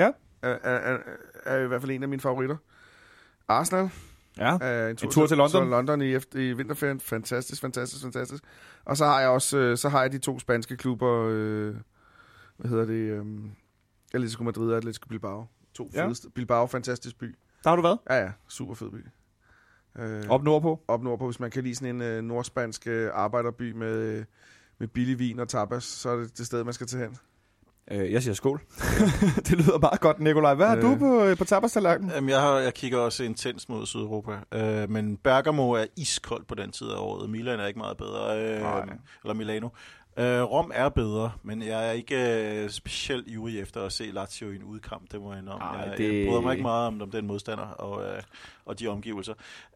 er i hvert fald en af mine favoritter. Arsenal. Ja, en tur til London. Så London i vinterferien. Fantastisk. Og så har jeg også de to spanske klubber. Hvad hedder det? Atletico Madrid og Atletico Bilbao. To fedeste. Bilbao, fantastisk by. Der har du været? Ja, super fed by. Op nordpå? Op nordpå, hvis man kan lide sådan en nordspansk arbejderby med billig vin og tapas, så er det sted, man skal tage hen. Jeg siger skål. Det lyder meget godt, Nikolaj. Hvad har du på tapas-tallerkenen? Jeg kigger også intens mod Sydeuropa. Men Bergamo er iskoldt på den tid af året. Milan er ikke meget bedre. Eller Milano. Rom er bedre, men jeg er ikke specielt ivrig efter at se Lazio i en udkamp. Det må jeg indrømme. Jeg bryder mig ikke meget om den modstander og de omgivelser.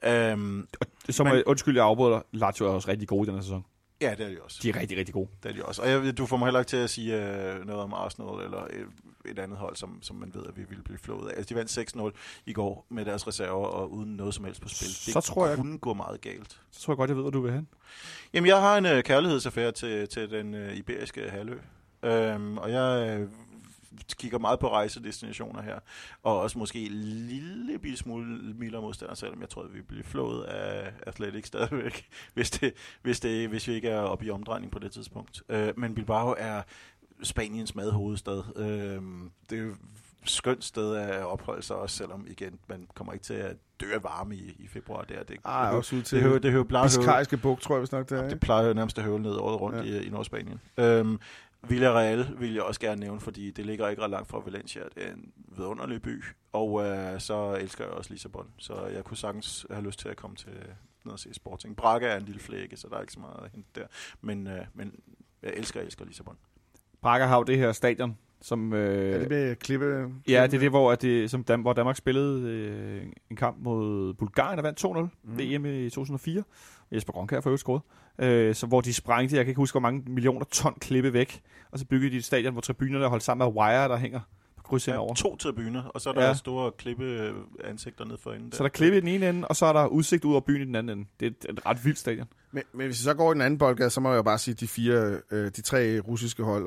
Undskyld, jeg afbryder dig. Lazio er også rigtig gode i den her sæson. Ja, det er de også. De er rigtig, rigtig gode. Det er de også. Og du får mig heller ikke til at sige noget om Arsenal eller et andet hold, som man ved, at vi ville blive flået af. Altså, de vandt 6-0 i går med deres reserver og uden noget som helst på spil. Det kunne gå meget galt. Så tror jeg godt, jeg ved, hvor du vil hen. Jamen, jeg har en kærlighedsaffære til den iberiske halvø. Og jeg kigger meget på rejsedestinationer her, og også måske en lille bitte smule mildere modstander, selvom jeg tror, at vi bliver flået af Athletic stadigvæk, hvis vi ikke er oppe i omdrejning på det tidspunkt. Men Bilbao er Spaniens madhovedstad. Det er jo et skønt sted at opholde sig også, selvom igen, man kommer ikke til at dø af varme i februar. Også ud til det Biskajske bugt, tror jeg, hvis nok det er. Det plejer jo nærmest at høvle ned året rundt i Nordspanien. Villarreal vil jeg også gerne nævne, fordi det ligger ikke ret langt fra Valencia. Det er en vidunderlig by, og så elsker jeg også Lissabon. Så jeg kunne sagtens have lyst til at komme til ned og se Sporting. Braga er en lille flække, så der er ikke så meget at hente der. Men jeg elsker Lissabon. Braga har jo det her stadion, som... er det med klippe? Ja, det er det, hvor Danmark spillede en kamp mod Bulgarien, der vandt 2-0 VM i 2004. Jesper Grønkjær for øvrigt scoret. Så hvor de sprængte, jeg kan ikke huske, hvor mange millioner ton klippe væk, og så byggede de et stadion, hvor tribunerne er holdt sammen med wire, der hænger på kryds over. 2 tribuner, og så er der store klippe ansigter ned for enden. Så der er klippe i den ene ende, og så er der udsigt ud over byen i den anden ende. Det er et ret vildt stadion. Men hvis vi så går i den anden boldgade, så må jeg jo bare sige, de 3 russiske hold,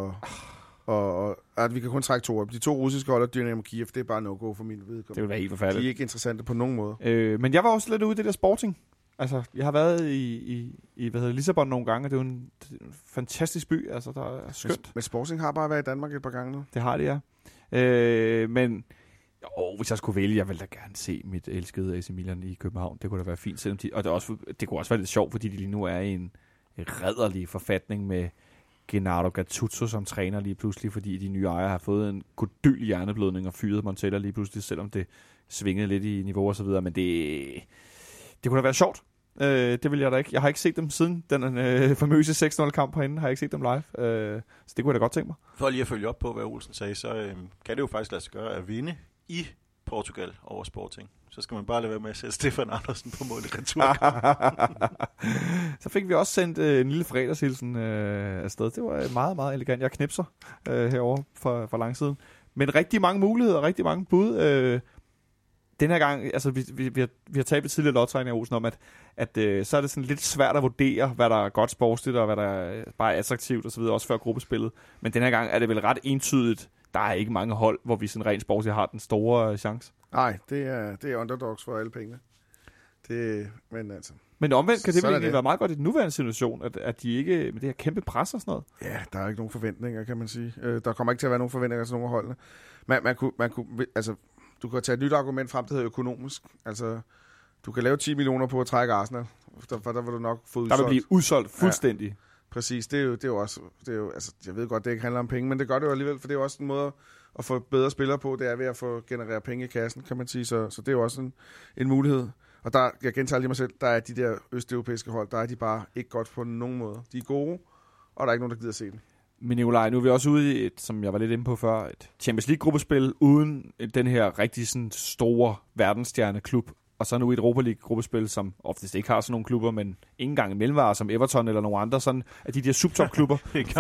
og at vi kan kun trække 2 af. De 2 russiske hold og Dynamo Kiev, det er bare no-go for min vedkommende. Det vil være helt forfærdeligt. De er ikke interessante på nogen måde. Men jeg var også lidt ude i det der Sporting. Altså, jeg har været i Lissabon nogle gange, og det er jo en fantastisk by. Altså, der er skønt. Men Sporting har bare været i Danmark et par gange nu. Det har det, ja. Men hvis jeg skulle vælge, jeg ville da gerne se mit elskede AC Milan i København. Det kunne da være fint, selvom og det kunne også være lidt sjovt, fordi de lige nu er i en rædderlig forfatning med Gennaro Gattuso som træner lige pludselig, fordi de nye ejere har fået en goddyl hjerneblødning og fyret Montella lige pludselig, selvom det svingede lidt i niveau og så videre. Men det kunne da være sjovt. Det vil jeg da ikke. Jeg har ikke set dem siden den famøse 6-0-kamp herinde. Har jeg ikke set dem live. Så det kunne jeg da godt tænke mig. For lige at følge op på, hvad Olsen sagde, så kan det jo faktisk lade sig gøre at vinde i Portugal over Sporting. Så skal man bare lade være med at sætte Stefan Andersen på mål i retur. Så fik vi også sendt en lille fredagshilsen afsted. Det var meget, meget elegant. Jeg knipser herovre fra langsiden. Men rigtig mange muligheder, rigtig mange bud. Den her gang, altså vi har talt ved tidligere lodtrækning af Olsen om, at så er det sådan lidt svært at vurdere, hvad der er godt sportsligt, og hvad der bare er attraktivt osv., også før gruppespillet. Men den her gang er det vel ret entydigt. Der er ikke mange hold, hvor vi sådan rent sportsligt har den store chance. Nej, det er underdogs for alle pengene. Men omvendt kan det vel egentlig være meget godt i den nuværende situation, at de ikke med det her kæmpe pres og sådan noget. Ja, der er ikke nogen forventninger, kan man sige. Der kommer ikke til at være nogen forventninger til nogen af holdene. Man kunne, altså, du kan tage et nyt argument frem, der hedder økonomisk. Altså, du kan lave 10 millioner på at trække Arsenal, for der vil du nok få udsolgt. Der vil blive udsolgt fuldstændig. Ja, præcis, det er jo også, altså, jeg ved godt, det ikke handler om penge, men det gør det jo alligevel, for det er jo også en måde at få bedre spillere på, det er ved at få generere penge i kassen, kan man sige, så det er jo også en mulighed. Og der, jeg gentager lige mig selv, der er de der østeuropæiske hold, der er de bare ikke godt på nogen måde. De er gode, og der er ikke nogen, der gider se dem. Men Nikolaj, nu er vi også ude i som jeg var lidt inde på før, et Champions League-gruppespil uden den her rigtig sådan store verdensstjerneklub. Og så nu et Europa League-gruppespil, som oftest ikke har sådan nogle klubber, men ikke engang en mellemvare som Everton eller nogle andre, sådan af de der subtop-klubber.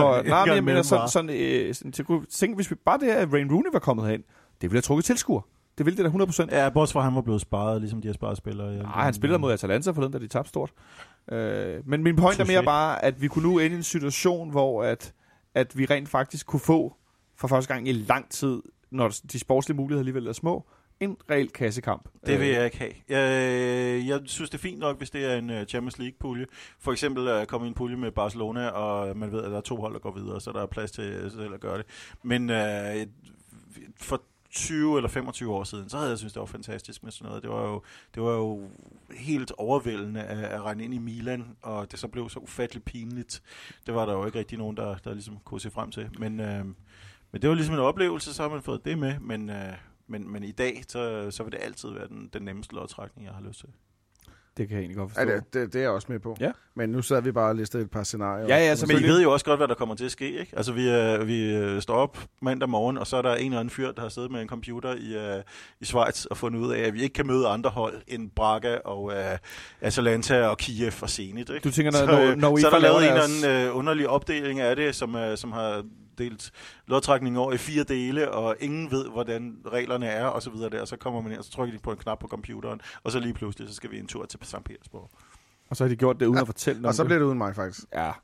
Tænk, hvis vi bare det at Wayne Rooney var kommet herind, det ville have trukket tilskuer. Det ville det da 100%. Ja, bortset fra, han var blevet sparet, ligesom de har sparet spillere. Nej, han spillede mod Atalanta forleden, da de tabte stort. Men min point er mere bare, at vi kunne nu ende i en situation, hvor at vi rent faktisk kunne få, for første gang i lang tid, når de sportslige muligheder alligevel er små, en reel kassekamp. Det vil jeg ikke have. Jeg synes, det er fint nok, hvis det er en Champions League-pulje. For eksempel at komme i en pulje med Barcelona, og man ved, at der er 2 hold, der går videre, så der er plads til selv at gøre det. Men for 20 eller 25 år siden, så havde jeg synes det var fantastisk med sådan noget. Det var jo helt overvældende at regne ind i Milan, og det så blev så ufatteligt pinligt. Det var der jo ikke rigtig nogen, der ligesom kunne se frem til. Men det var ligesom en oplevelse, så har man fået det med. Men i dag, så vil det altid være den nemmeste lodtrækning, jeg har lyst til. Det kan jeg egentlig godt forstå. Ja, det er jeg også med på. Ja. Men nu sad vi bare og listede et par scenarier. Ja, men I ved jo også godt, hvad der kommer til at ske, ikke? Altså, vi står op mandag morgen, og så er der en eller anden fyr, der har siddet med en computer i Schweiz og fundet ud af, at vi ikke kan møde andre hold end Braga og Atalanta og Kiev og Zenit, ikke? Du tænker, så er der lavet en eller anden underlig opdeling af det, som har delt lodtrækningen over i 4 dele, og ingen ved, hvordan reglerne er, og så videre der. Så kommer man ind, og så trykker de på en knap på computeren, og så lige pludselig, så skal vi en tur til St. Petersborg. Og så har de gjort det uden at fortælle noget. Og så bliver det uden mig, faktisk. Ja.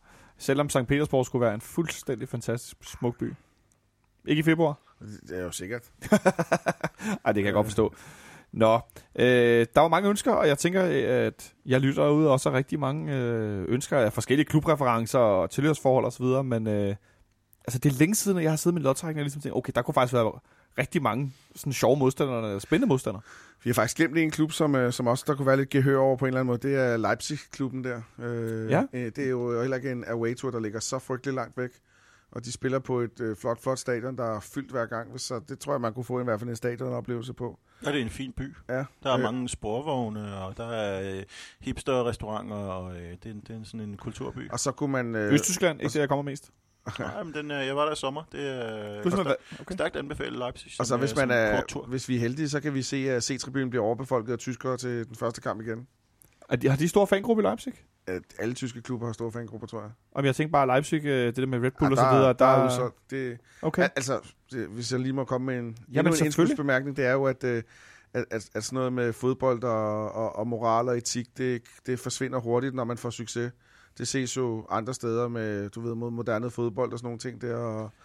Selvom St. Petersborg skulle være en fuldstændig fantastisk smuk by. Ikke i februar? Det er jo sikkert. Ej, det kan jeg godt forstå. Nå, der var mange ønsker, og jeg tænker, at jeg lytter derude også af rigtig mange ønsker af forskellige klubreferencer og tilhørsforhold osv., men altså det er længe siden, at jeg har siddet med lodtrækning og ligesom tænkt, okay, der kunne faktisk være rigtig mange sådan sjove modstandere, spændende modstandere. Vi har faktisk glemt en klub, som også der kunne være lidt gehør over på en eller anden måde. Det er Leipzig-klubben der. Det er jo heller ikke en away-tour, der ligger så frygtelig langt væk. Og de spiller på et flot stadion, der er fyldt hver gang. Så det tror jeg, man kunne få i hvert fald en stadionoplevelse på. Ja, det er en fin by. Ja. Der er mange sporvogne, og der er hipster-restauranter, og det er sådan en kulturby. Og så kunne man... Østtyskland, ikke det, jeg kommer mest. Nej, men jeg var der i sommer. Det er stærkt anbefalet Leipzig. Og så hvis vi er heldige, så kan vi se, at C-tribunen bliver overbefolket af tyskere til den første kamp igen. Har de store fangruppe i Leipzig? Alle tyske klubber har store fangrupper, tror jeg. Og jeg tænker bare, Leipzig, det der med Red Bull og så videre. Der er udsolgt. Det, okay. Altså, hvis jeg lige må komme med en indskudsbemærkning, det er jo, at sådan noget med fodbold og moral og etik, det forsvinder hurtigt, når man får succes. Det ses jo andre steder med, du ved, mod moderne fodbold og sådan nogle ting der,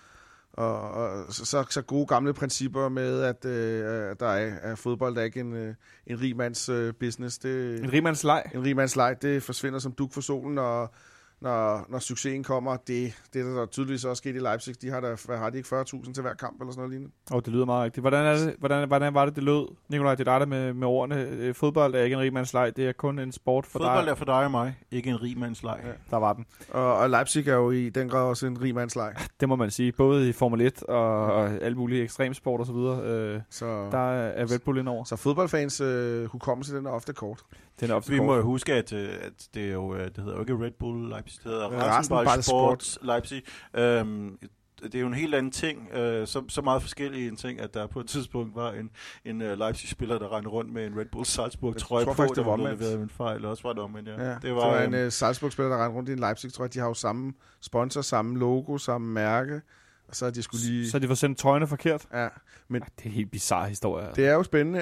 og så gode gamle principper med, at der er fodbold, der er ikke en rig mands business. En rig mands leg. En rig mands leg, det forsvinder som dug for solen, og når succesen kommer, det der tydeligvis også sket i Leipzig, de har de ikke 40.000 til hver kamp eller sådan noget lignende. Det lyder meget rigtigt. Hvordan var det lød, Nikolaj? Det er dig med ordene. Fodbold er ikke en rigmands leg, det er kun en sport for dig. Fodbold er for dig og mig, ikke en rigmands leg. Ja, der var den. Og Leipzig er jo i den grad også en rigmands leg. Det må man sige, både i Formel 1 og alle mulige ekstremsport og så videre. Så der er Red Bull indover. Så fodboldfans hukommelse, den er ofte kort. Vi må jo huske, at det er jo, det hedder jo ikke Red Bull Leipzig, det hedder Rasenball Sports Leipzig. Det er jo en helt anden ting, så meget forskellige en ting, at der på et tidspunkt var en Leipzig-spiller, der rendte rundt med en Red Bull Salzburg-trøje på, faktisk, det var omvendt. Det var en fejl, også var det omvendt, ja. Det var en Salzburg-spiller, der rendte rundt i en Leipzig-trøje. De har jo samme sponsor, samme logo, samme mærke. Og så de skulle lige... Så de får sendt trøjerne forkert? Ja. Men det er en helt bizarre historie. Det er jo spændende,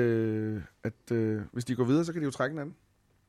at hvis de går videre, så kan de jo trække en anden.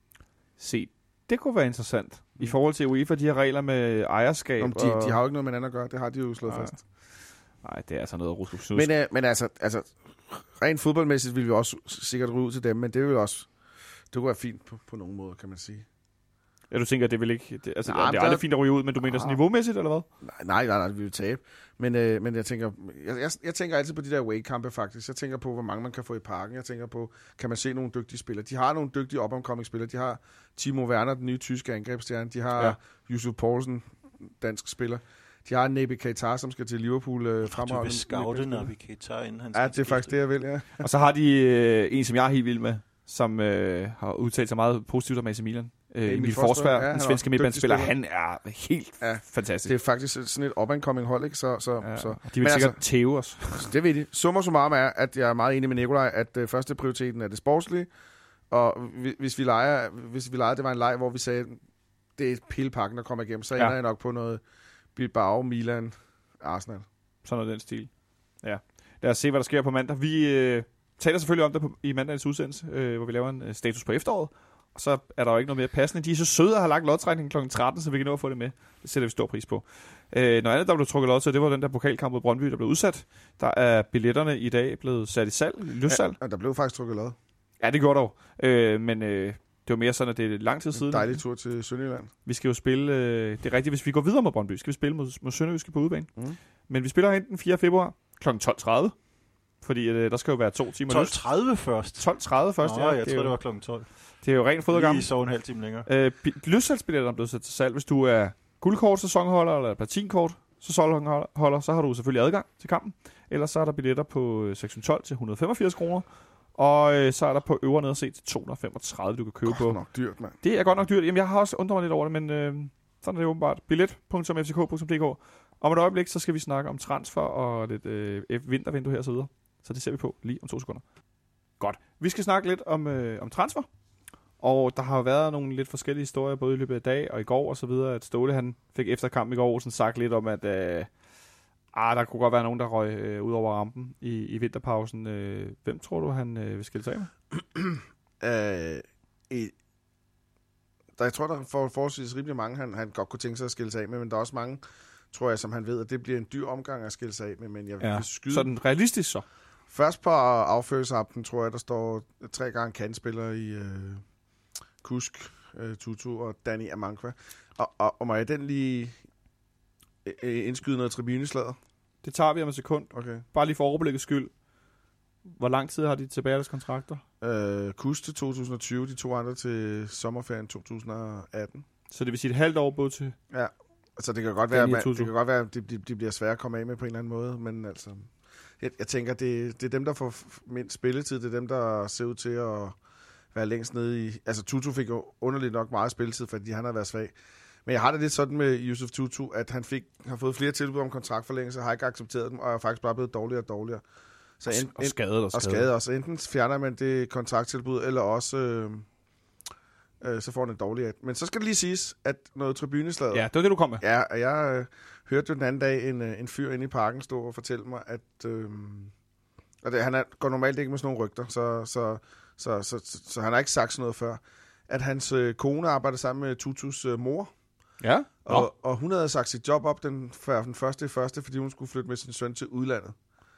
Se, det kunne være interessant. I forhold til UEFA, de her regler med ejerskab. De har jo ikke noget med anden at gøre. Det har de jo slået fast. Nej, det er altså noget rusk. Men altså, rent fodboldmæssigt vil vi også sikkert ryge ud til dem, men det vil også... Det kunne være fint på nogen måde, kan man sige. Ja, du tænker, det vil ikke... Det er aldrig fint at ryge ud, men du mener sådan niveaumæssigt, eller hvad? Nej, vi vil tabe. Men jeg tænker... Jeg tænker altid på de der away-kampe, faktisk. Jeg tænker på, hvor mange man kan få i parken. Jeg tænker på, kan man se nogle dygtige spillere. De har nogle dygtige up-and-coming-spillere. De har Timo Werner, den nye tyske angrebsstjerne. De har Yusuf Poulsen, dansk spiller. De har Naby Keita, som skal til Liverpool fremragende. Du vil scoute Naby Keita, inden han skal. Ja, det er faktisk det, jeg vil, ja. Og så har de en, som jeg er helt vild med, som har udtalt sig meget positivt om AC Milan. Emil Forsberg, den svenske midtbanespiller, han er helt fantastisk. Det er faktisk sådan et up-and-coming hold, ikke? Så. De vil sikkert tæve os. Det ved de. Summa summarum er, at jeg er meget enig med Nikolaj, at første prioriteten er det sportslige, og hvis vi leger, det var en leg, hvor vi sagde, det er et pilpakken, der kommer igennem, så ender jeg nok på noget Bilbao, Milan, Arsenal. Sådan noget den stil. Ja. Lad os se, hvad der sker på mandag. Vi taler selvfølgelig om det i mandagens udsendelse, hvor vi laver en status på efteråret. Og så er der jo ikke noget mere passende. De er så søde at have lagt lodtrækningen kl. 13, så vi kan nå at få det med. Det sætter vi stor pris på. Noget andet, der blev trukket lod til, det var den der pokalkamp mod Brøndby, der blev udsat. Der er billetterne i dag blevet sat i salg, løssalg. Ja, der blev faktisk trukket lod. Ja, det gjorde der jo. Men det var mere sådan, at det er lang tid siden. En dejlig tur til Sønderjylland. Vi skal jo spille, det er rigtigt, hvis vi går videre mod Brøndby, skal vi spille mod Sønderjyske på udebane. Men vi spiller hen den 4. februar kl. 12.30. Fordi der skal jo være 2 timer 12.30 først? 12.30 først, ja. Jeg tror, det var kl. 12. Det er jo rent fodboldkamp. Lige så en halv time længere. Løssalgsbilletter er blevet sat til salg. Hvis du er guldkort sæsonholder eller platinkort sæsonholder, så har du selvfølgelig adgang til kampen. Ellers så er der billetter på sektion 12 til 185 kroner. Og så er der på øvre nederset til 235, du kan købe på. Det er nok dyrt, mand. Det er godt nok dyrt. Jamen, jeg har også undret mig lidt over det, men sådan er det åbenbart. Billet.fck.dk. Om et øjeblik, så skal vi snakke om transfer og lidt vintervindue her og så videre. Så det ser vi på lige om 2 sekunder. Godt. Vi skal snakke lidt om transfer. Og der har jo været nogle lidt forskellige historier, både i løbet af dag og i går og så videre, at Ståle han fik efter kampen i går sådan sagt lidt om, at der kunne godt være nogen, der røg ud over rampen i vinterpausen. Hvem tror du, han vil skille sig af med? jeg tror, der får forholdsvis rimelig mange, han godt kunne tænke sig at skille sig af med, men der er også mange, tror jeg, som han ved, at det bliver en dyr omgang at skille sig af med, men jeg vil skyde... Sådan realistisk så? Først på afførelsesappen, tror jeg, der står 3 gange kandspillere i Kusk, Tutu og Danny Amankwa. Og må jeg den lige indskyde noget tribuneslader? Det tager vi om et sekund. Okay. Bare lige for overblikkets skyld. Hvor lang tid har de tilbage deres kontrakter? Kusk til 2020, de 2 andre til sommerferien 2018. Så det vil sige et halvt år både til... Ja, altså det kan godt være, at de bliver svære at komme af med på en eller anden måde, men altså... Jeg tænker, det er dem, der får mindst spilletid, det er dem, der ser ud til at være længst nede i... Altså Tutu fik jo underligt nok meget spilletid, fordi han har været svag. Men jeg har det lidt sådan med Yusuf Tutu, at han har fået flere tilbud om kontraktforlængelse, har ikke accepteret dem, og er faktisk bare blevet dårligere og dårligere. Og skadet. Så enten fjerner man det kontrakttilbud, eller også så får han en dårlig. Men så skal det lige siges, at noget tribuneslaget... Ja, det var det, du kom med. Ja, og jeg hørte jo den anden dag en fyr inde i parken stå og fortælle mig, at... han går normalt ikke med sådan nogle rygter, så han har ikke sagt sådan noget før. At hans kone arbejder sammen med Tutus mor. Ja. Og hun havde sagt sit job op den første, fordi hun skulle flytte med sin søn til udlandet.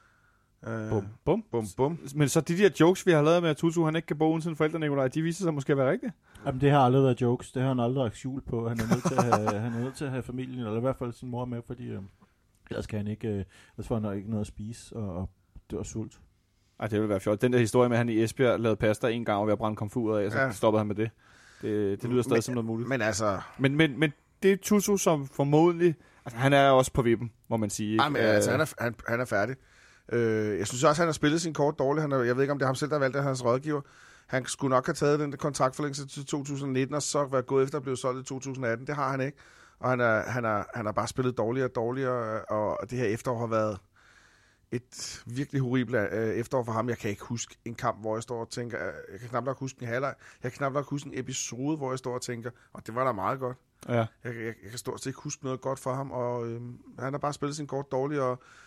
Bum. Men så de der jokes, vi har lavet med, at Tutu han ikke kan bo uden sine forældre, Nikolaj, de viser sig måske at være rigtige? Jamen, det har aldrig været jokes. Det har han aldrig lagt skjul på. Han er nødt til at have familien, eller i hvert fald sin mor med, fordi ellers kan han ikke, ellers får han ikke noget at spise og dør sult. Ej, det ville være fjort. Den der historie med, at han i Esbjerg lavede pasta en gang og ved at brænde komfur af, og så stoppede han med det. Det lyder stadig som noget muligt. Men altså... Men det er Tutu, som formodentlig... Altså, han er også på vippen, må man sige. Ej, men altså, han er færdig. Jeg synes også, han har spillet sin kort dårligt. Jeg ved ikke, om det er ham selv, der valgte hans rådgiver. Han skulle nok have taget den kontraktforlængelse til 2019, og så være gået efter at blive solgt i 2018. Det har han ikke. Og han har bare spillet dårligere og dårligere, og det her efterår har været et virkelig horribelt efterår for ham. Jeg kan ikke huske en kamp, hvor jeg står og tænker... Jeg kan knap nok huske en halvleg. Jeg kan knap nok huske en episode, hvor jeg står og tænker, og det var da meget godt. Ja. Jeg kan stort set ikke huske noget godt for ham, og han har bare spillet sin kort dårligt,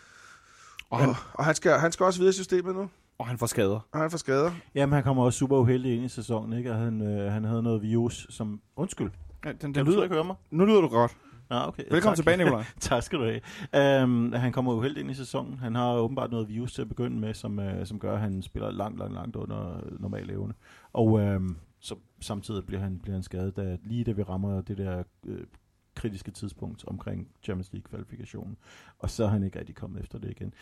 og han skal også videre i systemet nu. Og han får skader. Jamen, han kommer også super uheldig ind i sæsonen, ikke? Og han havde noget virus, som... Undskyld. Ja, den kan du ikke høre mig? Nu lyder du godt. Ah, okay. Velkommen tilbage, Nikolaj. Tak skal du have. Han kommer uheldig ind i sæsonen. Han har åbenbart noget virus til at begynde med, som gør, at han spiller langt under normal evne. Og så samtidig bliver han skadet, lige da vi rammer det der... kritiske tidspunkt omkring Champions League-kvalifikationen, og så er han ikke rigtig kommet efter det igen.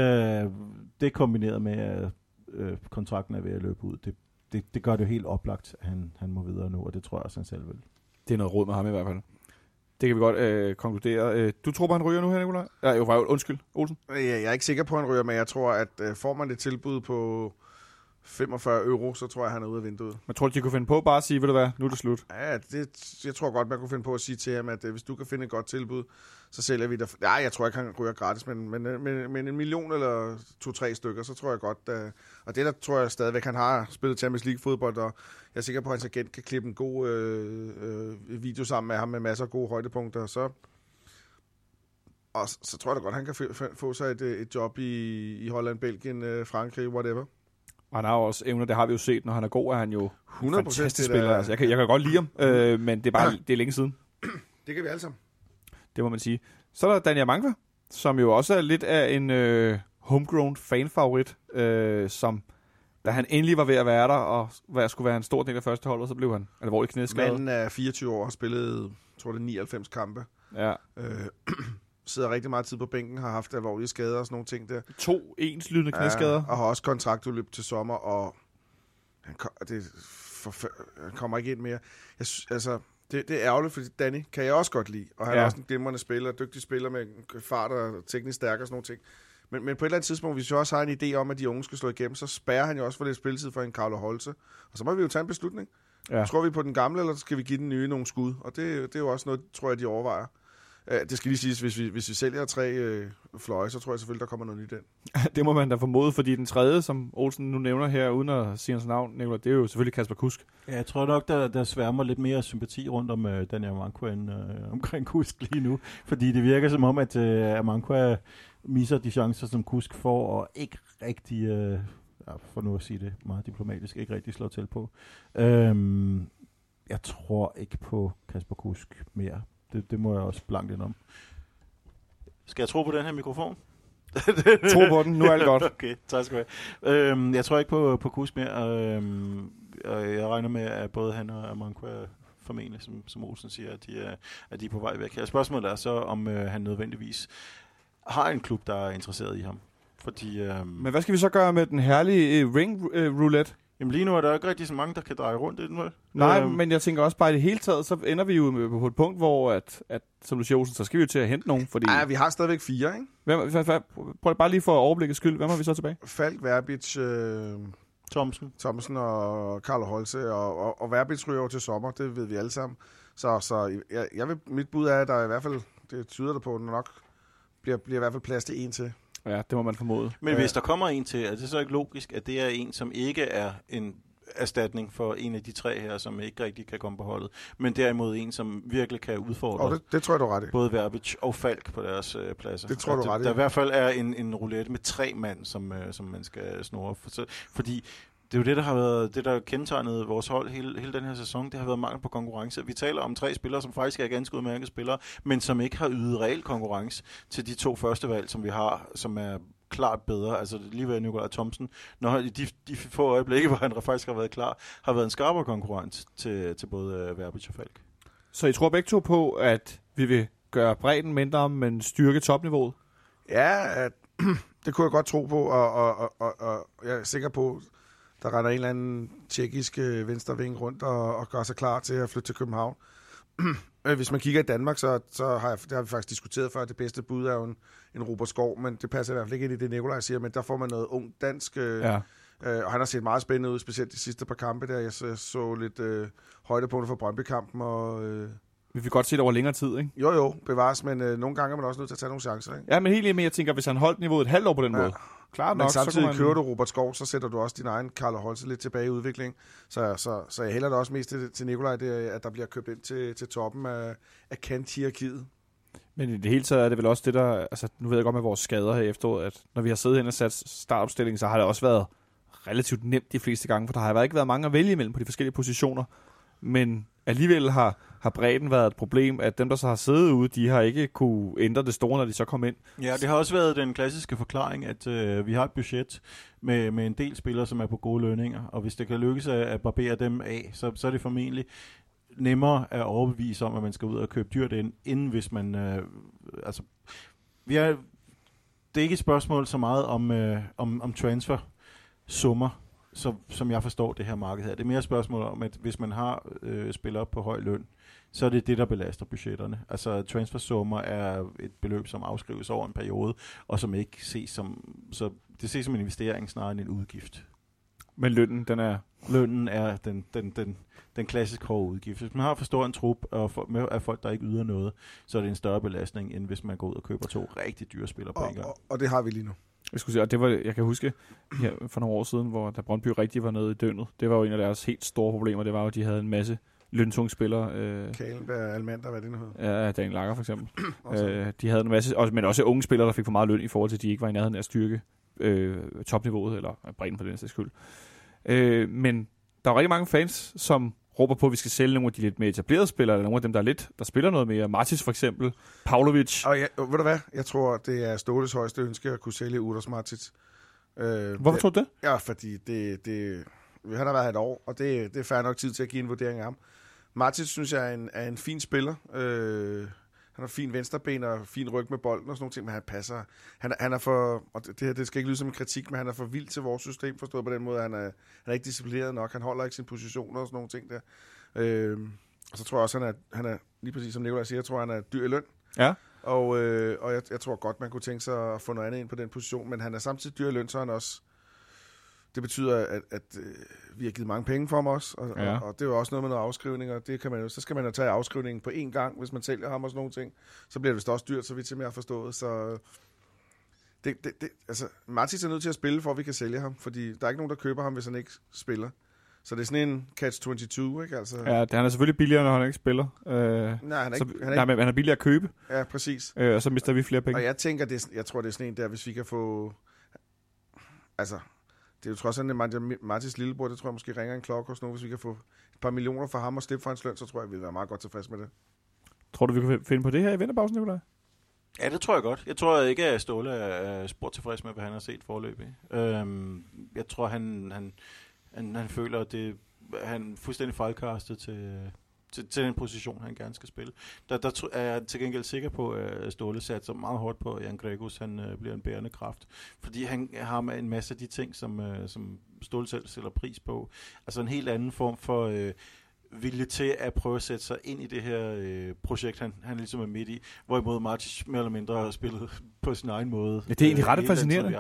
Det kombineret med, at kontrakten er ved at løbe ud, det gør det helt oplagt, at han må videre nu, og det tror jeg også, han selv vil. Det er noget råd med ham i hvert fald. Det kan vi godt konkludere. Du tror på, han ryger nu her, Nikolaj? Undskyld, Olsen. Jeg er ikke sikker på, at han ryger, men jeg tror, at får man et tilbud på 45 euro, så tror jeg, han er ude af vinduet. Men tror du, de kunne finde på bare at sige, ved du hvad, nu er det slut? Ja, jeg tror godt, man kunne finde på at sige til ham, at hvis du kan finde et godt tilbud, så sælger vi dig. Ja, jeg tror ikke, han ryger gratis, men 1 million eller 2-3 stykker, så tror jeg godt. Og det der tror jeg stadigvæk, han har spillet Champions League-fodbold, og jeg er sikker på, at hans agent kan klippe en god video sammen med ham med masser af gode højdepunkter. Og så tror jeg da godt, han kan få sig et job i Holland, Belgien, Frankrig, whatever. Og han har også evner, det har vi jo set, når han er god, er han jo 100% fantastisk spiller. Altså, jeg kan godt lide ham, men det er bare det er længe siden. Det kan vi alle sammen. Det må man sige. Så er der Danny Amankwa, som jo også er lidt af en homegrown fanfavorit, som da han endelig var ved at være der, og skulle være en stor del af førsteholdet, så blev han alvorligt knæskadet. Manden er 24 år, har spillet, tror det 99 kampe. Ja. Sidder rigtig meget tid på bænken, har haft alvorlige skader og sådan nogle ting der. 2 enslydende knæskader. Ja, og har også kontraktudløb til sommer, og han kommer ikke ind mere. Det er ærgerligt, fordi Danny kan jeg også godt lide, og han er også en glimrende spiller, dygtig spiller med fart og teknisk stærk og sådan nogle ting. Men på et eller andet tidspunkt, hvis vi også har en idé om, at de unge skal slå igennem, så spærrer han jo også for lidt spilletid for en Carlo Holse. Og så må vi jo tage en beslutning. Ja. Tror vi på den gamle, eller skal vi give den nye nogle skud? Og det er jo også noget, tror jeg, de overvejer. Det skal lige siges, hvis vi sælger 3 fløje, så tror jeg selvfølgelig, der kommer noget nyt ind. Det må man da formode, fordi den tredje, som Olsen nu nævner her, uden at sige hans navn, Nicolai, det er jo selvfølgelig Kasper Kusk. Ja, jeg tror nok, der sværmer lidt mere sympati rundt om Danny Amankwa end omkring Kusk lige nu. Fordi det virker som om, at Amankwa misser de chancer, som Kusk får, og ikke rigtig, for nu at sige det meget diplomatisk, ikke rigtig slår til på. jeg tror ikke på Kasper Kusk mere. Det må jeg også blankt indom. Skal jeg tro på den her mikrofon? Tro på den, nu er alt godt. Okay, tak skal du have. Jeg tror ikke på Kusk mere, og jeg regner med, at både han og Manqua formentlig, som Olsen siger, at de er på vej væk her. Spørgsmålet er så, om han nødvendigvis har en klub, der er interesseret i ham. Fordi, Men hvad skal vi så gøre med den herlige ring roulette? Jamen lige nu er der ikke rigtig så mange, der kan dreje rundt i den, vel? Nej, men jeg tænker også bare i det hele taget, så ender vi jo på et punkt, hvor, at som du siger, Olsen, så skal vi jo til at hente nogen. Fordi... Ja, vi har stadigvæk 4, ikke? Prøv bare lige for overblikket skyld. Hvem har vi så tilbage? Falk, Verbic, Thomsen og Carlo Holse, og Verbic ryger over til sommer, det ved vi alle sammen. Så mit bud er, at der i hvert fald, det tyder der på, at nok bliver i hvert fald plads til en til. Ja, det må man formode. Men hvis der kommer en til, er det så ikke logisk, at det er en, som ikke er en erstatning for en af de 3 her, som ikke rigtig kan komme på holdet, men derimod en, som virkelig kan udfordre det tror jeg, du er ret i. både Verbic og Falk på deres pladser. Det tror du ret i. Der i hvert fald er en roulette med 3 mand, som man skal snurre. Fordi det er jo det, der har været det, der kendetegnede vores hold hele den her sæson. Det har været mangel på konkurrence. Vi taler om 3 spillere, som faktisk er ganske udmærkede spillere, men som ikke har ydet reel konkurrence til de 2 første valg, som vi har, som er klart bedre. Altså lige ved Nikolaj Thomsen, når de få øjeblikke, hvor han faktisk har været klar, har været en skarpere konkurrence til både Verbic og Falk. Så I tror begge to på, at vi vil gøre bredden mindre, men styrke topniveauet? Ja, det kunne jeg godt tro på, og jeg er sikker på, der render en eller anden tjekkisk venstreving rundt og gør sig klar til at flytte til København. Hvis man kigger i Danmark, så det har vi faktisk diskuteret før, at det bedste bud er jo en Robert Skov, men det passer i hvert fald ikke ind i det, Nikolaj siger, men der får man noget ung dansk, og han har set meget spændende ud, specielt de sidste par kampe der. Jeg så lidt højdepunkter for Brøndby-kampen, og... Vi vil godt se det over længere tid, ikke? Jo, bevares, men nogle gange er man også nødt til at tage nogle chancer, ikke? Ja, men helt enig, jeg tænker, hvis han holdt niveauet et halvt år på den måde, klart nok, men samtidig så kører du Robert Skov, så sætter du også din egen Carlo Holse lidt tilbage i udvikling. Så jeg hælder det også mest til Nikolaj, at der bliver købt ind til toppen af kant-hierarkiet. Men i det hele taget er det vel også det, der... Altså, nu ved jeg godt med vores skader her i efteråret, at når vi har siddet hen og sat startopstillingen, så har det også været relativt nemt de fleste gange, for der har ikke været mange at vælge imellem på de forskellige positioner. Men alligevel har bredden været et problem, at dem, der så har siddet ude, de har ikke kunne ændre det store, når de så kom ind. Ja, det har også været den klassiske forklaring, at vi har et budget med en del spillere, som er på gode lønninger, og hvis det kan lykkes at barbere dem af, så er det formentlig nemmere at overbevise om, at man skal ud og købe dyrt ind, inden hvis man... det er ikke et spørgsmål så meget om transfer-summer, som jeg forstår det her marked her. Det er mere et spørgsmål om, at hvis man har spillere på høj løn, så er det det, der belaster budgetterne. Altså transfersummer er et beløb, som afskrives over en periode, og som ikke ses som... Så det ses som en investering snarere end en udgift. Men lønnen er den klassiske hårde udgift. Hvis man har for stor en trup af folk, der ikke yder noget, så er det en større belastning, end hvis man går ud og køber 2 rigtig dyre spillere på en gang. Og det har vi lige nu. Jeg skulle sige, og det var, jeg kan huske her for nogle år siden, hvor da Brøndby rigtig var nede i døgnet. Det var jo en af deres helt store problemer. Det var jo, at de havde en masse løntunge spillere. Kalenberg, Almander, hvad det nu hed? Ja, Daniel Lager for eksempel. De havde en masse, men også unge spillere, der fik for meget løn i forhold til, at de ikke var i nærheden af at styrke topniveauet, eller bredden på den sags skyld. Men der er rigtig mange fans, som råber på, at vi skal sælge nogle af de lidt mere etablerede spillere, eller nogle af dem, der spiller noget mere. Martis for eksempel, Pavlovic. Og ved du hvad? Jeg tror, det er Ståles højeste ønske at kunne sælge Uros Martis. Hvorfor tror du det? Ja, fordi han har været her et år, og det er fair nok tid til at give en vurdering af ham. Martis synes jeg er en fin spiller. Han har fin venstreben og fin ryg med bolden og sådan nogle ting, men han passer. Han er for, og det skal ikke lyde som en kritik, men han er for vild til vores system, forstået på den måde. Han er ikke disciplineret nok, han holder ikke sin position og sådan nogle ting der. Og så tror jeg også, han er lige præcis som Nikolaj siger, jeg tror, han er dyr i løn. Ja. Og jeg tror godt, man kunne tænke sig at få noget andet ind på den position, men han er samtidig dyr i løn, så han også... Det betyder, at vi har givet mange penge for ham også, og det er jo også noget med noget afskrivninger. Det kan man jo, så skal man jo tage afskrivningen på én gang, hvis man sælger ham og sådan nogle ting. Så bliver det vist også dyrt, så vidt til mere har forstået. Så altså, Martis er nødt til at spille, for at vi kan sælge ham, fordi der er ikke nogen, der køber ham, hvis han ikke spiller. Så det er sådan en catch-22, ikke? Altså... Ja, han er selvfølgelig billigere, når han ikke spiller. Men han er billigere at købe. Ja, præcis. Og så mister vi flere penge. Og jeg tror, det er sådan en der, hvis vi kan få... Altså... Det er jo trods alt Martis lillebror, det tror jeg måske ringer en klokke hos nogen, hvis vi kan få par millioner for ham og slippe for hans løn, så tror jeg, vi vil være meget godt tilfreds med det. Tror du, vi kan finde på det her i vinterpausen, Nikolaj? Ja, det tror jeg godt. Jeg tror ikke, at Ståle er spurgt tilfreds med, hvad han har set forløbig. Jeg tror, han føler, at han er fuldstændig fejlkastet til den position, han gerne skal spille. Der er jeg til gengæld sikker på, at Ståle satser meget hårdt på, at Jan Gregus han bliver en bærende kraft. Fordi han har med en masse af de ting, som Ståle selv sætter pris på. Altså en helt anden form for vilje til at prøve at sætte sig ind i det her projekt, han ligesom er midt i. Hvorimod Martic mere eller mindre har spillet på sin egen måde. Ja, det er egentlig ret fascinerende.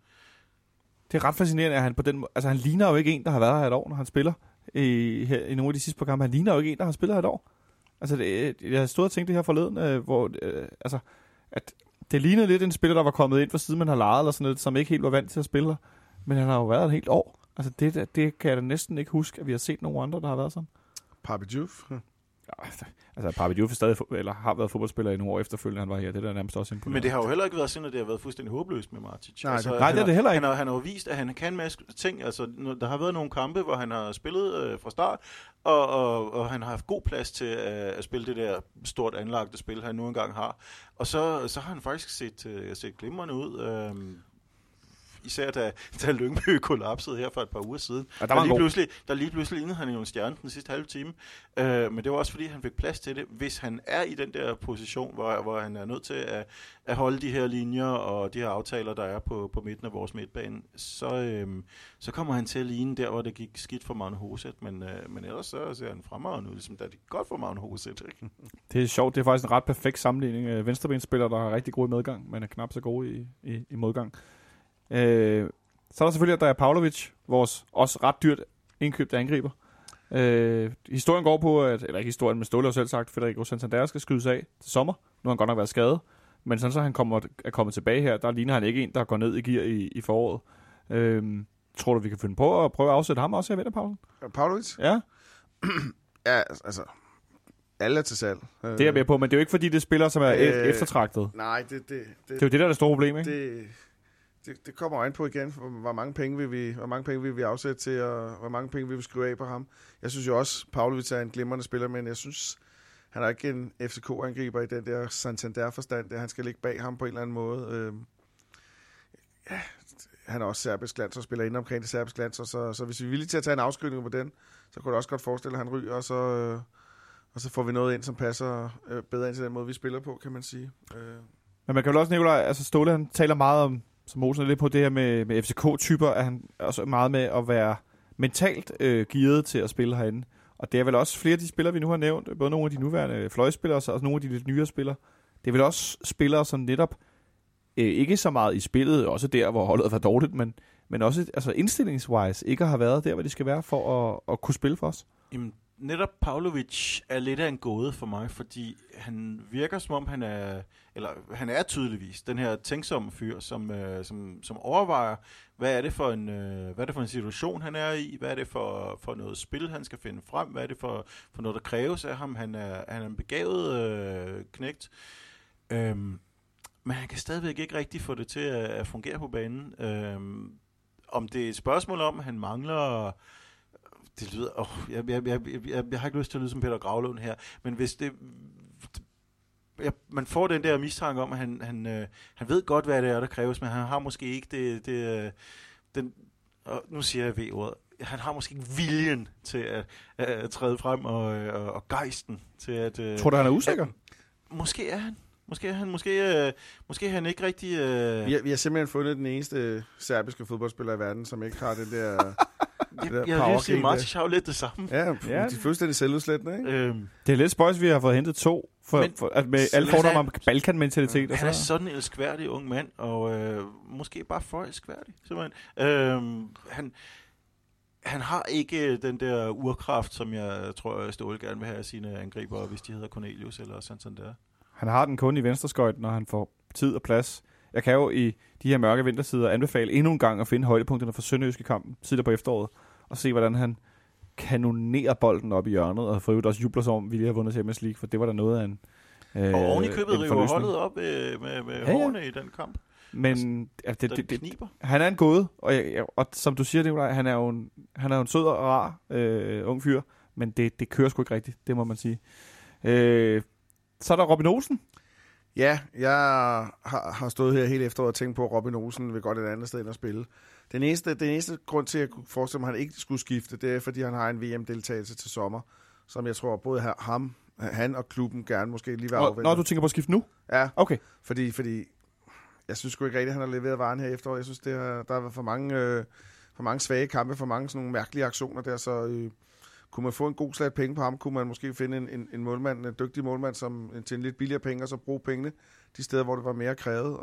Det er ret fascinerende, at han på den måde... Altså, han ligner jo ikke en, der har været her et år, når han spiller i nogle af de sidste par kampe. Han ligner jo ikke en, der har spillet her et år. Altså, jeg har stået og tænkt det her forleden, hvor... at det lignede lidt en spiller, der var kommet ind, for siden man har lejet, eller sådan noget, som ikke helt var vant til at spille her. Men han har jo været et helt år. Altså, det kan jeg da næsten ikke huske, at vi har set nogle andre, der har været sådan. Pape Diouf. Altså, Pape Diouf har været fodboldspiller i nogle år efterfølgende, han var her. Det er der nærmest også imponerende. Men det har jo heller ikke været sådan, at det har været fuldstændig håbløst med Martic. Nej, det er det heller ikke. Han har jo vist, at han kan en masse ting. Altså, der har været nogle kampe, hvor han har spillet fra start, og han har haft god plads til at spille det der stort anlagte spil, han nu engang har. Og så har han faktisk set glimrende ud. Især da Lyngby kollapsede her for et par uger siden. Ja, der lige pludselig lignede han jo en stjerne den sidste halve time. Men det var også fordi, han fik plads til det. Hvis han er i den der position, hvor han er nødt til at holde de her linjer og de her aftaler, der er på midten af vores midtbane, så kommer han til at ligne der, hvor det gik skidt for Magne Hoset. Men ellers så ser han fremragende ud, ligesom da det gik godt for Magne Hoset. Det er sjovt. Det er faktisk en ret perfekt sammenligning. Venstrebensspillere, der har rigtig god i medgang, men er knap så gode i modgang. Så er der selvfølgelig, der er Pavlovic, vores også ret dyrt indkøbte angriber. Historien går på, eller ikke historien, men Ståle har selv sagt, Federico Santander skal skydes af til sommer. Nu har han godt nok været skadet, men sådan så han er kommet tilbage her, der ligner han ikke en, der går ned i gear i foråret. Tror du, vi kan finde på at prøve at afsætte ham også her i vinterpausen? Pavlovic? Ja. Ja, altså... Alle er til salg. Det er jeg med på, men det er jo ikke, fordi det spiller, som er eftertragtet. Nej, det er jo det, der er det store problem, ikke? Det kommer øjen på igen, hvor mange penge vil vi afsætte til, og hvor mange penge vil vi skrive af på ham. Jeg synes jo også, Pavlovic er en glimrende spiller, men jeg synes, han er ikke en FCK-angriber i den der Santander-forstand, der han skal ligge bag ham på en eller anden måde. Han er også serbisk landshold, og spiller inde omkring det serbiske landshold, så hvis vi er villige til at tage en afskrivning på den, så kunne det også godt forestille, at han ryger, og så får vi noget ind, som passer bedre ind til den måde, vi spiller på, kan man sige. Men man kan jo også, Nikolaj, altså Ståle, han taler meget om, som Olsen er lidt på det her med FCK-typer, at han også meget med at være mentalt gearet til at spille herinde. Og det er vel også flere af de spillere, vi nu har nævnt, både nogle af de nuværende fløjspillere, og også nogle af de lidt nyere spillere. Det er vel også spillere, som netop ikke så meget i spillet, også der, hvor holdet var dårligt, men også altså indstillingswise ikke har været der, hvor de skal være for at kunne spille for os. Jamen, netop Pavlovic er lidt af en gåde for mig, fordi han virker som om han er tydeligvis den her tænksomme fyr, som overvejer, hvad er det for en situation han er i, hvad er det for noget spil han skal finde frem, hvad er det for noget der kræves af ham. Han er en begavet knægt, men han kan stadigvæk ikke rigtig få det til at fungere på banen. Om det er et spørgsmål om, at han mangler... Det lyder... Jeg har ikke lyst til at lyde som Peter Gravlund her, men hvis det... man får den der mistanke om, at han ved godt, hvad det er, der kræves, men han har måske ikke den... Nu siger jeg V-ordet. Han har måske ikke viljen til at træde frem og gejsten til at... Tror du, han er usikker? Måske er han. Måske er han ikke rigtig... Vi har simpelthen fundet den eneste serbiske fodboldspiller i verden, som ikke har den der... Jeg vil sige, Martic har jo lidt det samme. Ja, de er fuldstændig selvudslættende, ikke? Det er lidt spøjs, vi har fået hentet to, med alle fordomme om Balkan-mentalitet. Han er sådan en elskværdig ung mand, og måske bare for elskværdig, simpelthen. Han har ikke den der urkraft, som jeg tror, Ståle gerne vil have af sine angriber, hvis de hedder Cornelius eller Santander. Han har den kun i venstreskøjt, når han får tid og plads. Jeg kan jo i de her mørke vintersider anbefale endnu en gang at finde højdepunkterne fra Sønderjyske kampen tidligere på efteråret, og se, hvordan han kanonerer bolden op i hjørnet, og for øvrigt også jubler sig om, vi lige har vundet Champions League, for det var der noget af en og oven i købet river holdet op med hårene i den kamp. Men han er en gåde, og som du siger, Nikolaj, han er jo en sød og rar ung fyr, men det kører sgu ikke rigtigt, det må man sige. Så er der Robin Olsen. Ja, jeg har stået her hele efteråret og tænkt på, at Robin Olsen vil godt et andet sted ind at spille. Den eneste grund til, at jeg kunne forestille mig, at han ikke skulle skifte, det er, fordi han har en VM-deltagelse til sommer, som jeg tror, både han og klubben gerne måske lige vil afvente. Når du tænker på at skifte nu? Ja, okay. Fordi jeg synes sgu ikke rigtigt, at han har leveret varen her efteråret. Jeg synes, der har været for mange svage kampe, for mange sådan nogle mærkelige aktioner der, så kunne man få en god slat penge på ham, kunne man måske finde en målmand, en dygtig målmand, som til en lidt billigere penge, og så bruge pengene de steder, hvor det var mere krævet.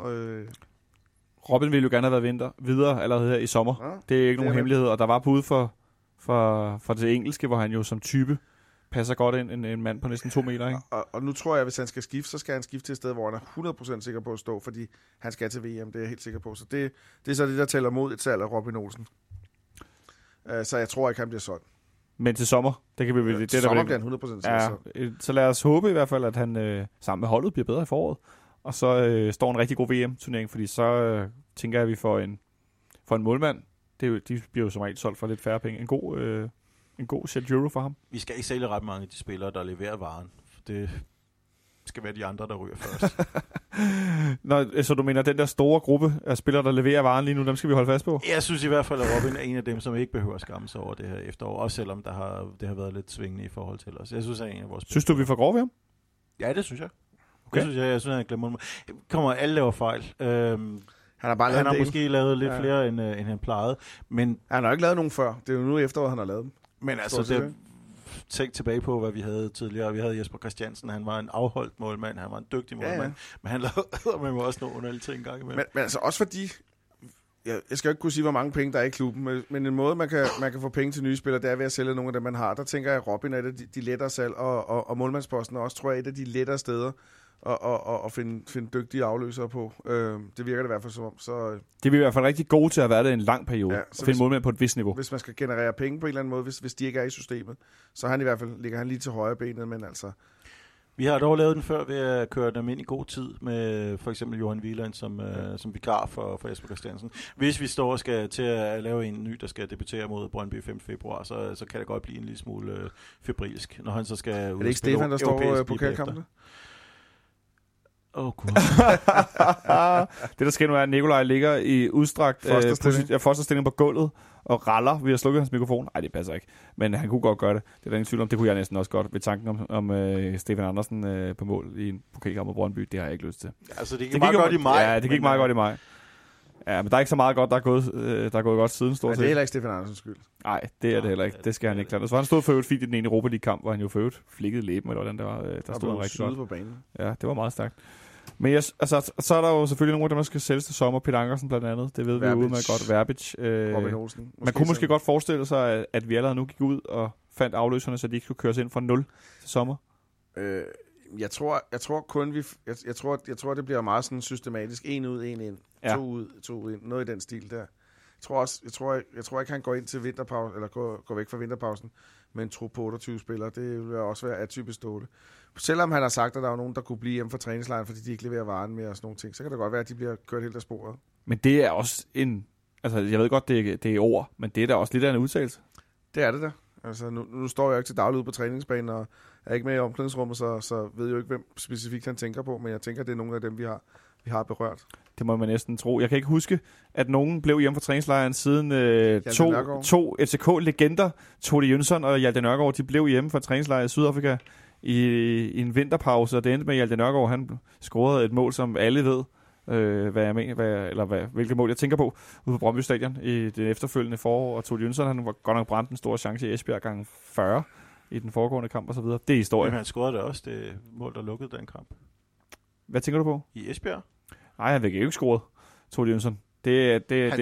Robin ville jo gerne have været videre allerede her i sommer. Ja, det er ikke nogen hemmelighed, og der var bud for det engelske, hvor han jo som type passer godt ind en mand på næsten 2 meter. Ikke? Og nu tror jeg, at hvis han skal skifte, så skal han skifte til et sted, hvor han er 100% sikker på at stå, fordi han skal til VM, det er jeg helt sikker på. Så det er så det, der tæller mod et salg af Robin Olsen. Så jeg tror ikke, han bliver solgt. Men til sommer, det kan vi til sommer bliver han 100% sikker. Ja, så lad os håbe i hvert fald, at han sammen med holdet bliver bedre i foråret. Og så står en rigtig god VM-turnering, fordi så tænker jeg, at vi får en målmand. De bliver jo som regel solgt for lidt færre penge. En god set euro for ham. Vi skal ikke sælge ret mange af de spillere, der leverer varen. Det skal være de andre, der ryger først. Så du mener, den der store gruppe af spillere, der leverer varen lige nu, dem skal vi holde fast på? Jeg synes i hvert fald, at Robin er en af dem, som ikke behøver at skamme sig over det her efterår. Også selvom det har været lidt svingende i forhold til os. Jeg synes, at en af vores spillere. Synes du, vi får grov ved ham? Ja, det synes jeg. Okay. Jeg synes, han glemmer mig. Kommer alle laver fejl. Han har måske lavet lidt flere, end han plejede. Men han har ikke lavet nogen før. Det er jo nu efteråret, han har lavet dem. Men altså, tænk tilbage på, hvad vi havde tidligere. Vi havde Jesper Christiansen. Han var en afholdt målmand. Han var en dygtig målmand. Ja. Men han lavede med også nogle underlige ting gang imellem. Men altså også fordi, jeg skal jo ikke kunne sige, hvor mange penge der er i klubben, men en måde, man kan få penge til nye spillere, det er ved at sælge nogle af dem, man har. Der tænker jeg, at Robin er et af de lettere salg, og målmandsposten er også, tror jeg, et af de lettere steder og finde dygtige afløsere på. Det virker det i hvert fald som om. Så det er vi i hvert fald rigtig gode til at være det en lang periode. Ja, og finde målmænd på et vist niveau. Hvis man skal generere penge på en eller anden måde, hvis de ikke er i systemet, så han i hvert fald ligger han lige til højre benet, men altså. Vi har dog lavet den før ved at køre dem ind i god tid med for eksempel Johan Wieland som vikar for Jesper Christiansen. Hvis vi står og skal til at lave en ny, der skal debutere mod Brøndby 5. februar, så kan det godt blive en lille smule febrilsk, når han så skal ud og spille. Er det ikke Stefan, der står på pokalkampene? Det der sker nu er, at Nikolaj ligger i udstrakt fosterstilling på gulvet og raller. Vi har slukket hans mikrofon. Nej, det passer ikke. Men han kunne godt gøre det. Det er der ingen tvivl om. Det kunne jeg næsten også godt ved tanken om Stefan Andersen på mål i en pokalkamp mod Brøndby. Det har jeg ikke lyst til. Altså, det gik meget godt i maj. Ja, det gik meget godt i maj. Ja, men der er ikke så meget godt, der er gået godt siden, stort set. Men det er heller ikke Stefan Andersens skyld. Nej, det er det heller ikke. Det skal han ikke klare. Så han stod for øvrigt fint i den ene Europa League-kamp, hvor han jo for øvrigt flikkede læben, eller hvordan det var. Der stod han rigtig godt på banen. Ja, det var meget stærkt. Men så er der jo selvfølgelig nogle af dem, der skal sælges til sommer. Peter Ankersen blandt andet. Det ved vi jo udmærket godt. Verbic. Robin Olsen. Man kunne måske godt forestille sig, at vi allerede nu gik ud og fandt afløserne, så de ikke skulle køres ind fra 0 til sommer. Jeg tror kun jeg tror det bliver meget sådan systematisk 1 ud 1 ind, 2 ud 2 ind, noget i den stil der. Jeg tror ikke han går ind til vinterpause eller går væk fra vinterpausen med en trup på 28 spillere. Det vil også være atypisk Ståle. Selvom han har sagt, at der er nogen, der kunne blive hjemme fra træningslejren, fordi de ikke leverer varen med og sådan nogle ting, så kan det godt være, at de bliver kørt helt af sporet. Men det er også altså jeg ved godt, det er ord, men det er da også lidt af en udtalelse. Det er det da. Altså nu står jeg ikke til daglig ude på træningsbanen og er ikke med i omklædningsrummet, så ved jeg jo ikke, hvem specifikt han tænker på, men jeg tænker, at det er nogle af dem, vi har berørt. Det må man næsten tro. Jeg kan ikke huske, at nogen blev hjemme fra træningslejren siden to FCK-legender, Tode Jønsson og Hjalte Nørgaard, de blev hjemme fra træningslejren i Sydafrika i en vinterpause, og det endte med Hjalte Nørgaard, han scorede et mål, som alle ved, hvad jeg mener, hvilket mål jeg tænker på, ude på Brøndby Stadion i det efterfølgende forår, og Tode Jønsson, han var godt nok brændt en stor chance i Esbjerg gange 40 i den foregående kamp og så videre. Det er historie. Men han scorede det også, det mål, der lukkede den kamp. Hvad tænker du på? I Esbjerg? Nej, han vil ikke scoret, Tode Jønsson. Det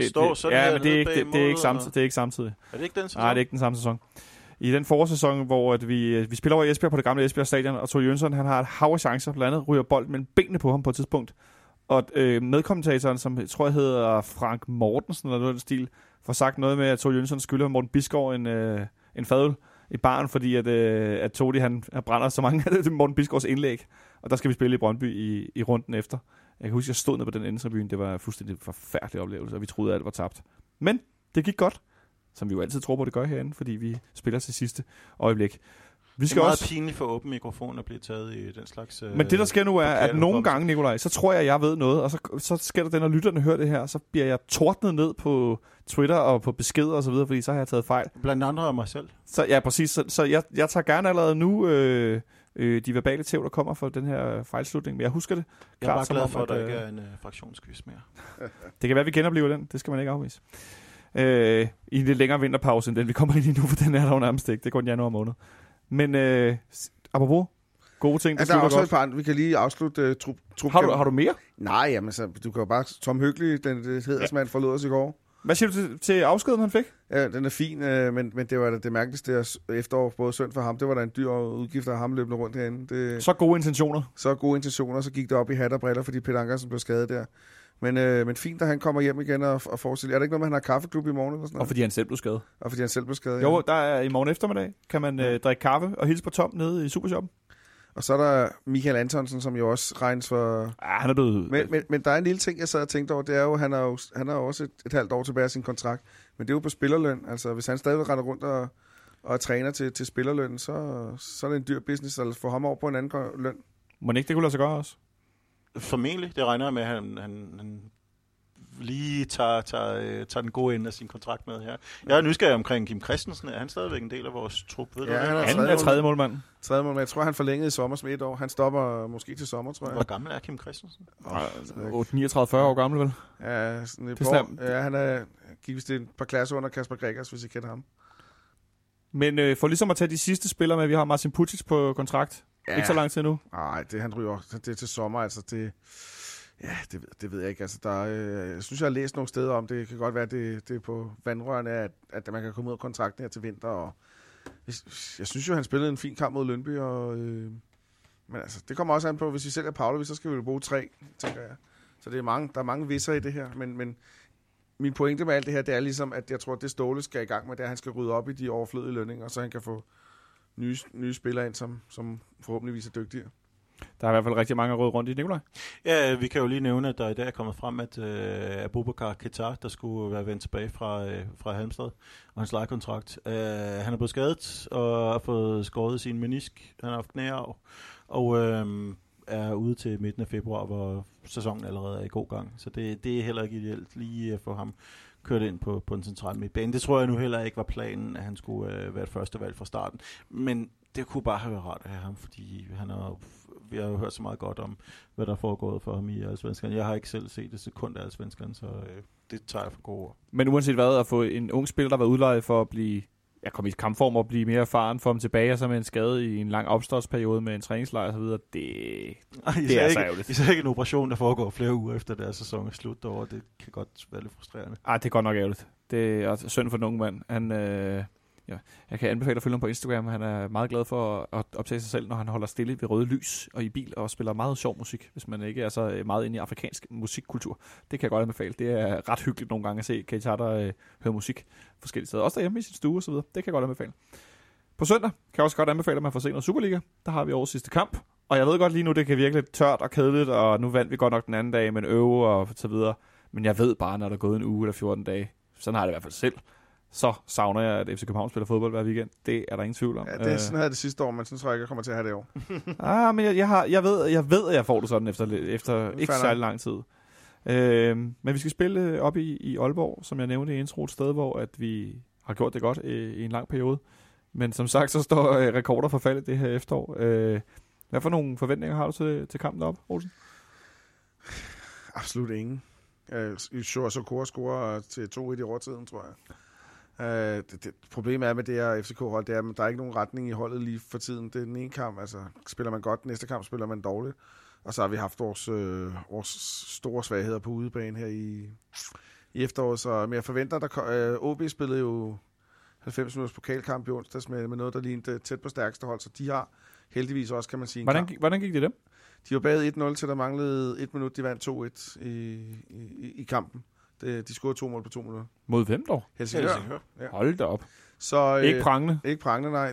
er ikke samtidig. Er det ikke den sæson? Nej, det er ikke den samme sæson. I den forårssæson, hvor vi spiller over i Esbjerg på det gamle Esbjerg Stadion, og Tode Jønsson, han har et hav af chancer, blandt andet ryger bolden mellem benene på ham på et tidspunkt. Og medkommentatoren, som jeg tror hedder Frank Mortensen eller noget af den stil, får sagt noget med, at Tode Jønsson skylder Morten Bisgaard en fadøl i baren, fordi at Tode han brænder så mange af Morten Bisgaards indlæg. Og der skal vi spille i Brøndby i runden efter. Jeg kan huske, at jeg stod nede på den endetribune. Det var fuldstændig forfærdelig oplevelse, og vi troede, at alt var tabt. Men det gik godt. som vi jo altid tror på, det gør herinde, fordi vi spiller til sidste øjeblik. Vi Det skal er meget også... pinligt for åben mikrofon at blive taget i den slags... Men det, der sker nu, er, at nogle gange, Nikolaj, så tror jeg ved noget, og så sker der det, når lytterne hører det her, så bliver jeg tordnet ned på Twitter og på beskeder og så videre, fordi så har jeg taget fejl. Blandt andre af mig selv. Så ja, præcis. Så jeg tager gerne allerede nu de verbale tæv, der kommer for den her fejlslutning, men jeg husker det. Jeg er bare glad for, at der ikke er en fraktionsquiz mere. Det kan være, vi genoplever den. Det skal man ikke afvise. I en lidt længere vinterpause, end den vi kommer ind i nu, for den er der jo nærmest ikke. Det er kun januar måned. Men apropos gode ting, der er også et par andre. Vi kan lige afslutte trup. Har du mere? Nej, jamen så, du kan jo bare... Tom Høgli, den hedersmand, forlod os i går. Hvad siger du til afskeden, han fik? Ja, den er fin, men det var det mærkeligste efterår, både synd for ham. Det var da en dyr udgift af ham løbende rundt herinde. Så gode intentioner. Så gode intentioner, så gik det op i hat og briller, fordi Peter Ankersen blev skadet der. Men fint, at han kommer hjem igen og forestiller. Er det ikke noget med, at han har kaffeklub i morgen? Eller sådan noget? Og fordi han selv blev skadet. Og fordi han selv blev skadet, Jo, der er i morgen eftermiddag, kan man drikke kaffe og hilse på Tom nede i Supershoppen. Og så er der Michael Antonsen, som jo også regnes for... Ja, han er blevet... Men der er en lille ting, jeg sad og tænkte over, det er jo, han har jo også et halvt år tilbage af sin kontrakt, men det er jo på spillerløn. Altså, hvis han stadig render rundt og træner til spillerløn, så er det en dyr business, at få ham over på en anden løn. Må ikke det kunne lade sig gøre også? Formentlig, det regner jeg med, at han lige tager den gode ende af sin kontrakt med her. Jeg er nysgerrig omkring Kim Christensen. Er han stadigvæk en del af vores trup? Ved du det? Han er tredje målmand. Jeg tror, han forlængede i sommer med 1 år. Han stopper måske til sommer, tror jeg. Hvor gammel er Kim Christensen? 39-40 år gammel, vel? Ja, sådan et han gik vist et par klasser under Kasper Gregers, hvis I kender ham. Men for ligesom at tage de sidste spillere med, vi har Marcin Putic på kontrakt. Ja. Ikke så lang tid nu. Nej, han ryger. Det er til sommer, altså det... Ja, det ved jeg ikke. Altså, jeg synes, jeg har læst nogle steder om, det kan godt være, det er på vandrørene, at man kan komme ud af kontrakten her til vinter. Og jeg synes jo, han spillede en fin kamp mod Lyngby. Men altså, det kommer også an på, hvis vi sælger Pavlovic, så skal vi jo bruge 3, tænker jeg. Så der er mange visser i det her. Men min pointe med alt det her, det er ligesom, at jeg tror, at det Ståle skal i gang med, det er, at han skal rydde op i de overflødige lønninger, så han kan få nye spillere ind, som forhåbentligvis er dygtigere. Der er i hvert fald rigtig mange røde rundt i, Nikolaj. Ja, vi kan jo lige nævne, at der i dag er kommet frem, at Abubakar Keita, der skulle være vendt tilbage fra Halmstad, og hans lejekontrakt. Han er blevet skadet og har fået skåret sin menisk. Han har haft knæarv, og er ude til midten af februar, hvor sæsonen allerede er i god gang. Så det er heller ikke ideelt lige at få ham kørt ind på en central midtbane. Det tror jeg nu heller ikke var planen, at han skulle være et første valg fra starten. Men det kunne bare have været rart at have ham, fordi vi har jo hørt så meget godt om, hvad der er foregået for ham i Allsvenskan. Jeg har ikke selv set det sekund af Allsvenskan, så det tager jeg for gode ord. Men uanset hvad, at få en ung spiller, der var udlejet for at komme i kampform og blive mere erfaren, få ham tilbage, og så med en skade i en lang opstartsperiode med en træningslejr og så videre, det er så ærgerligt. Især ikke en operation, der foregår flere uger efter deres sæson er slut derovre. Det kan godt være lidt frustrerende. Det er godt nok ærgerligt. Det er synd for den unge mand. Han... jeg kan anbefale at følge ham på Instagram. Han er meget glad for at optage sig selv, når han holder stille ved røde lys og i bil og spiller meget sjov musik, hvis man ikke er så meget inde i afrikansk musikkultur. Det kan jeg godt anbefale. Det er ret hyggeligt nogle gange at se Keita, der hører musik forskellige steder. Også derhjemme i sin stue og så videre. Det kan jeg godt anbefale. På søndag kan jeg også godt anbefale, at man får set noget Superliga. Der har vi årets sidste kamp. Og jeg ved godt lige nu, det kan virke lidt tørt og kedeligt, og nu vandt vi godt nok den anden dag med en øve og så videre. Men jeg ved bare, når der er gået en uge eller 14 dage, sådan har jeg det i hvert fald selv, så savner jeg, at FC København spiller fodbold hver weekend. Det er der ingen tvivl om. Ja, det er sådan her det sidste år, men sådan tror jeg ikke, jeg kommer til at have det i år. Men jeg ved, at jeg får det sådan efter ikke særlig lang tid. Men vi skal spille op i Aalborg, som jeg nævnte i intro, et sted, hvor at vi har gjort det godt i en lang periode. Men som sagt, så står rekorder for faldet det her efterår. Hvad for nogle forventninger har du til kampen op, Olsen? Absolut ingen. Sjur Sokora scorer til 2-1 i overtiden, tror jeg. Problemet er med det her FCK-hold, det er, at der er ikke nogen retning i holdet lige for tiden. Det er den ene kamp, altså spiller man godt, næste kamp spiller man dårligt. Og så har vi haft vores store svagheder på udebane her i efteråret. Så jeg forventer, at OB spillede jo 90 minutters pokalkamp i onsdags med noget, der lignede tæt på stærkeste hold, så de har heldigvis også, kan man sige, Hvordan gik det dem? De var bag 1-0, til der manglede 1 minut. De vandt 2-1 i kampen. De scorede 2 mål på 2 minutter. Mod hvem dog? Helsingør. Ja. Hold da op. Så, ikke prangende? Ikke prangende, nej.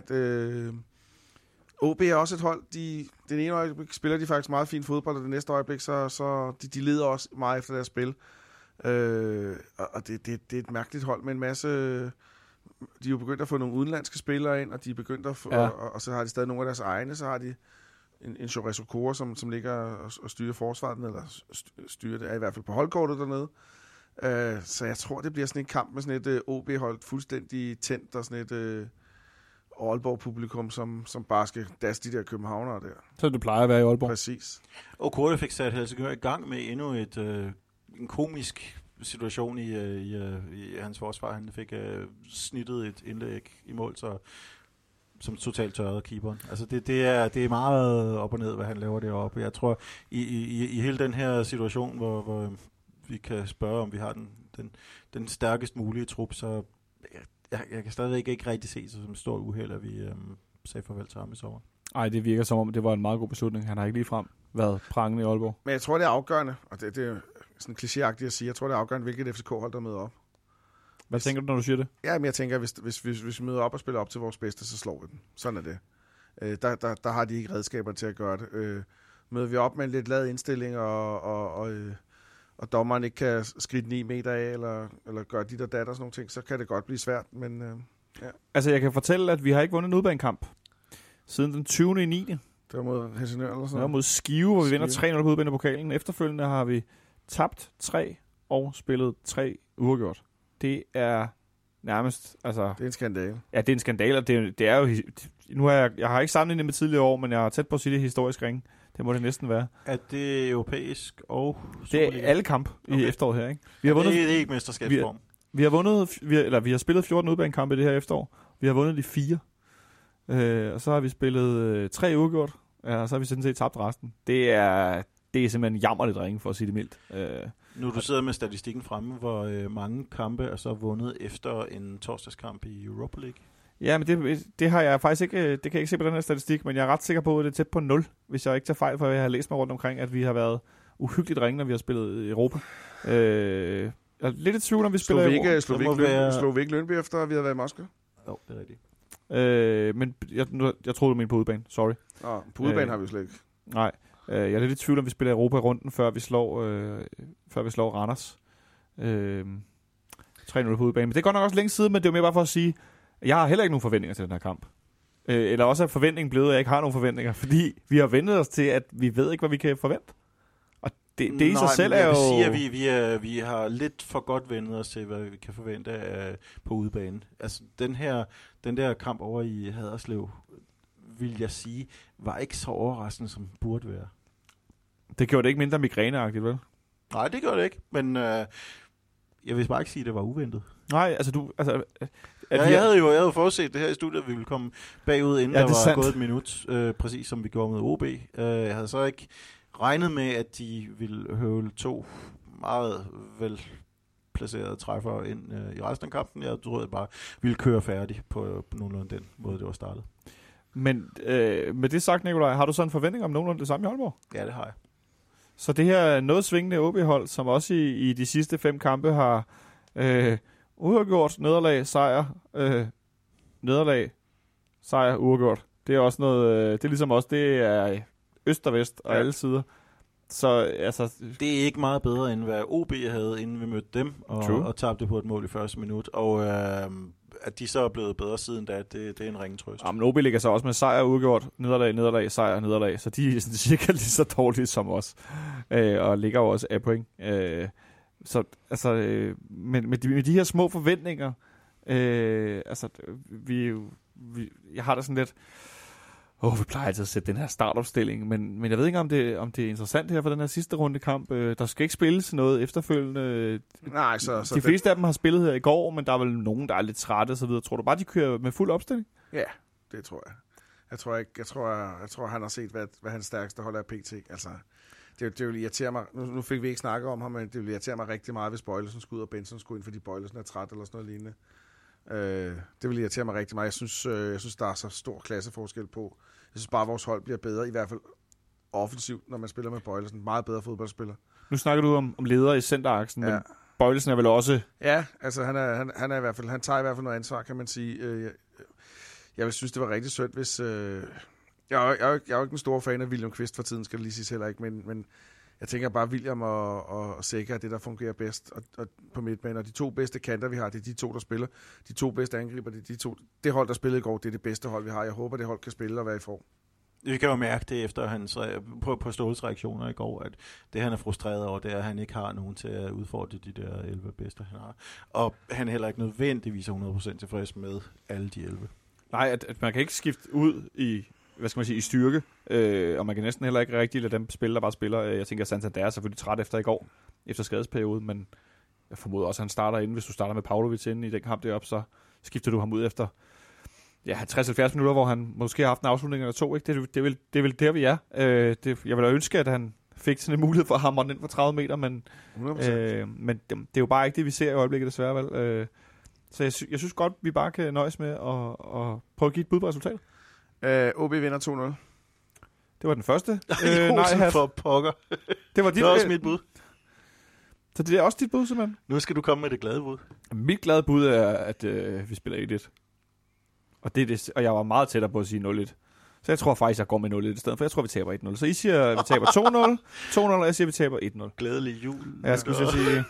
OB er også et hold. Den ene øjeblik spiller de faktisk meget fint fodbold, og det næste øjeblik, så de leder også meget efter deres spil. Og det er et mærkeligt hold med en de er jo begyndt at få nogle udenlandske spillere ind, og de er begyndt at få, og så har de stadig nogle af deres egne, så har de en Jores Okora, som ligger og styrer forsvaret, eller styrer det, er i hvert fald på holdkortet dernede. Så jeg tror, det bliver sådan en kamp med sådan et OB-hold fuldstændig tændt, og sådan et Aalborg-publikum, som bare skal dasse de der københavnere der. Så det plejer at være i Aalborg. Præcis. Og Korte fik sat Helsingør i gang med endnu en komisk situation i hans forsvar. Han fik snittet et indlæg i mål, som totalt tørrede keeperen. Altså det er meget op og ned, hvad han laver deroppe. Jeg tror, i hele den her situation, hvor vi kan spørge, om vi har den stærkest mulige trup, så jeg kan stadigvæk ikke rigtig se sig som et stort uheld, at vi sagde farvel til ham i sommer. Nej, det virker som om, det var en meget god beslutning. Han har ikke ligefrem været prangende i Aalborg. Men jeg tror, det er afgørende, og det er sådan klichéagtigt at sige, jeg tror, det er afgørende, hvilket FCK-hold, der møder op. Hvad tænker du, når du siger det? Ja, men jeg tænker, hvis vi møder op og spiller op til vores bedste, så slår vi den. Sådan er det. Der har de ikke redskaber til at gøre det. Møder vi op med en lidt lad indstilling, og dommeren ikke kan skridte 9 meter af, eller gøre dit og dat og sådan nogle ting, så kan det godt blive svært, men ja. Altså, jeg kan fortælle, at vi har ikke vundet en udbanekamp siden den 20. i 9. Det var mod Helsingør eller sådan Det var mod Skive, hvor vi vinder 3-0 på udbanepokalen. Efterfølgende har vi tabt 3 og spillet 3 uafgjort. Det er nærmest, altså... Det er en skandale. Ja, det er en skandale, og det er jo... Nu har jeg har ikke sammenlignet med tidligere år, men jeg er tæt på at sige det historisk ringe. Det må det næsten være. Er det europæisk og Superliga? Det er alle kamp i efteråret her, ikke? Vi har vundet, det er ikke mesterskabsform. Vi har spillet 14 udbanekampe det her efterår. Vi har vundet de 4. Og så har vi spillet 3 uafgjort, og så har vi sådan set tabt resten. Det er simpelthen jammerligt ringe, for at sige det mildt. Nu du sidder med statistikken fremme, hvor mange kampe er så vundet efter en torsdagskamp i Europa League? Ja, men det har jeg faktisk ikke, det kan jeg ikke se på den her statistik, men jeg er ret sikker på, at det er tæt på 0, hvis jeg ikke tager fejl, for jeg har læst mig rundt omkring, at vi har været uhyggeligt ringe, når vi har spillet i Europa. Jeg er lidt i tvivl, om vi spiller i Europa. Slog vi ikke Lønby efter, at vi har været i Moskva? Jo, det er rigtigt. Men jeg troede, du mente på udebane. Sorry. På udebane har vi jo slet ikke. Nej. Jeg er lidt i tvivl, om vi spiller Europa runden, før vi slår Randers. 3-0 på udebane. Men det er godt nok også længe siden, men det er jo mere bare for at sige, jeg har heller ikke nogen forventninger til den her kamp. Eller også er forventningen blevet, at jeg ikke har nogen forventninger, fordi vi har ventet os til, at vi ved ikke, hvad vi kan forvente. Og det i sig selv er jo... Jeg vil sige, at vi har lidt for godt ventet os til, hvad vi kan forvente på udebane. Altså, den der kamp over i Haderslev, vil jeg sige, var ikke så overraskende, som burde være. Det gjorde det ikke mindre migræneagtigt, vel? Nej, det gjorde det ikke, men jeg vil bare ikke sige, at det var uventet. Nej, altså du... Altså, jeg havde jo forudset det her i studiet, at vi ville komme bagud, inden der var gået et minut, præcis som vi gjorde med OB. Jeg havde så ikke regnet med, at de ville høvle 2 meget velplacerede træffer ind i resten af kampen. Jeg troede, at bare ville køre færdig på nogenlunde den måde, det var startet. Men med det sagt, Nikolaj, har du så en forventning om nogenlunde det samme i Aalborg? Ja, det har jeg. Så det her noget svingende OB-hold, som også i de sidste 5 kampe har uafgjort, nederlag, sejr, nederlag, sejr, uafgjort. Det er også noget, det er ligesom også, det er øst og vest og alle sider. Så altså... Det er ikke meget bedre, end hvad OB havde, inden vi mødte dem, og tabte på et mål i første minut. Og at de så er blevet bedre siden da, det er en ringe trøst. Ja, men OB ligger så også med sejr uafgjort, nederlag, sejr, nederlag. Så de er sådan cirka lige så dårlige som os. Og ligger jo også af point. Så altså, med de her små forventninger, altså, jeg har da sådan lidt, vi plejer altid at sætte den her startopstilling, men jeg ved ikke, om det er interessant her for den her sidste runde kamp. Der skal ikke spilles noget efterfølgende. Nej, så de fleste af dem har spillet her i går, men der er vel nogen, der er lidt trætte og så videre. Tror du bare, de kører med fuld opstilling? Ja, det tror jeg. Jeg tror han har set, hvad hans stærkeste hold er PT. Altså, det vil irritere mig. Nu fik vi ikke snakket om ham, men det vil irritere mig rigtig meget, hvis Bøjlesen skulle ud, og Benson skulle ind, fordi Bøjlesen er træt eller sådan noget lignende. Det vil irritere mig rigtig meget. Jeg synes, der er så stor klasseforskel på. Jeg synes bare, at vores hold bliver bedre, i hvert fald offensivt, når man spiller med Bøjlesen. Meget bedre fodboldspiller. Nu snakker du om ledere i centeraksen, men Bøjlesen er vel også... Ja, altså han er i hvert fald, han tager i hvert fald noget ansvar, kan man sige. Jeg vil synes, det var rigtig sødt, hvis... Jeg er jo ikke en stor fan af William Kvist for tiden, skal det lige sige heller ikke, men Jeg tænker bare, William og Sækker er det, der fungerer bedst og på midtbanen. Og de 2 bedste kanter, vi har, det er de 2, der spiller. De 2 bedste angriber, det er de 2. Det hold, der spillede i går, det er det bedste hold, vi har. Jeg håber, det hold kan spille og være i form. Vi kan jo mærke det efter hans på Ståles reaktioner i går, at det han er frustreret over, det er, at han ikke har nogen til at udfordre de der 11 bedste, han har. Og han er heller ikke nødvendigvis 100% tilfreds med alle de 11. Nej, at man kan ikke skifte ud i, hvad skal man sige, i styrke, og man kan næsten heller ikke rigtig lade dem spille, der bare spiller. Jeg tænker, at Santander er selvfølgelig træt efter i går, efter skadesperioden, men jeg formoder også, at han starter inden. Hvis du starter med Pavlovic inde i den kamp deroppe, så skifter du ham ud efter 60-70 minutter, hvor han måske har haft en afslutning eller 2. Ikke? Det er vel der, vi er. Jeg vil da ønske, at han fik sådan en mulighed for at hamre den ind for 30 meter, men det er jo bare ikke det, vi ser i øjeblikket desværre. Vel? Så jeg synes godt, vi bare kan nøjes med at prøve at give et bud på resultatet. OB vinder 2-0. Det var den første. Nej, for pokker. Det var også mit bud. Så det er også dit bud, simpelthen? Nu skal du komme med det glade bud. Mit glade bud er, at vi spiller 1-1. Og jeg var meget tættere på at sige 0-1. Så jeg tror faktisk, jeg går med 0-1 i stedet, for jeg tror, vi taber 1-0. Så I siger, at vi taber 2-0, og jeg siger, at vi taber 1-0. Glædelig jul. Ja, jeg skulle sige.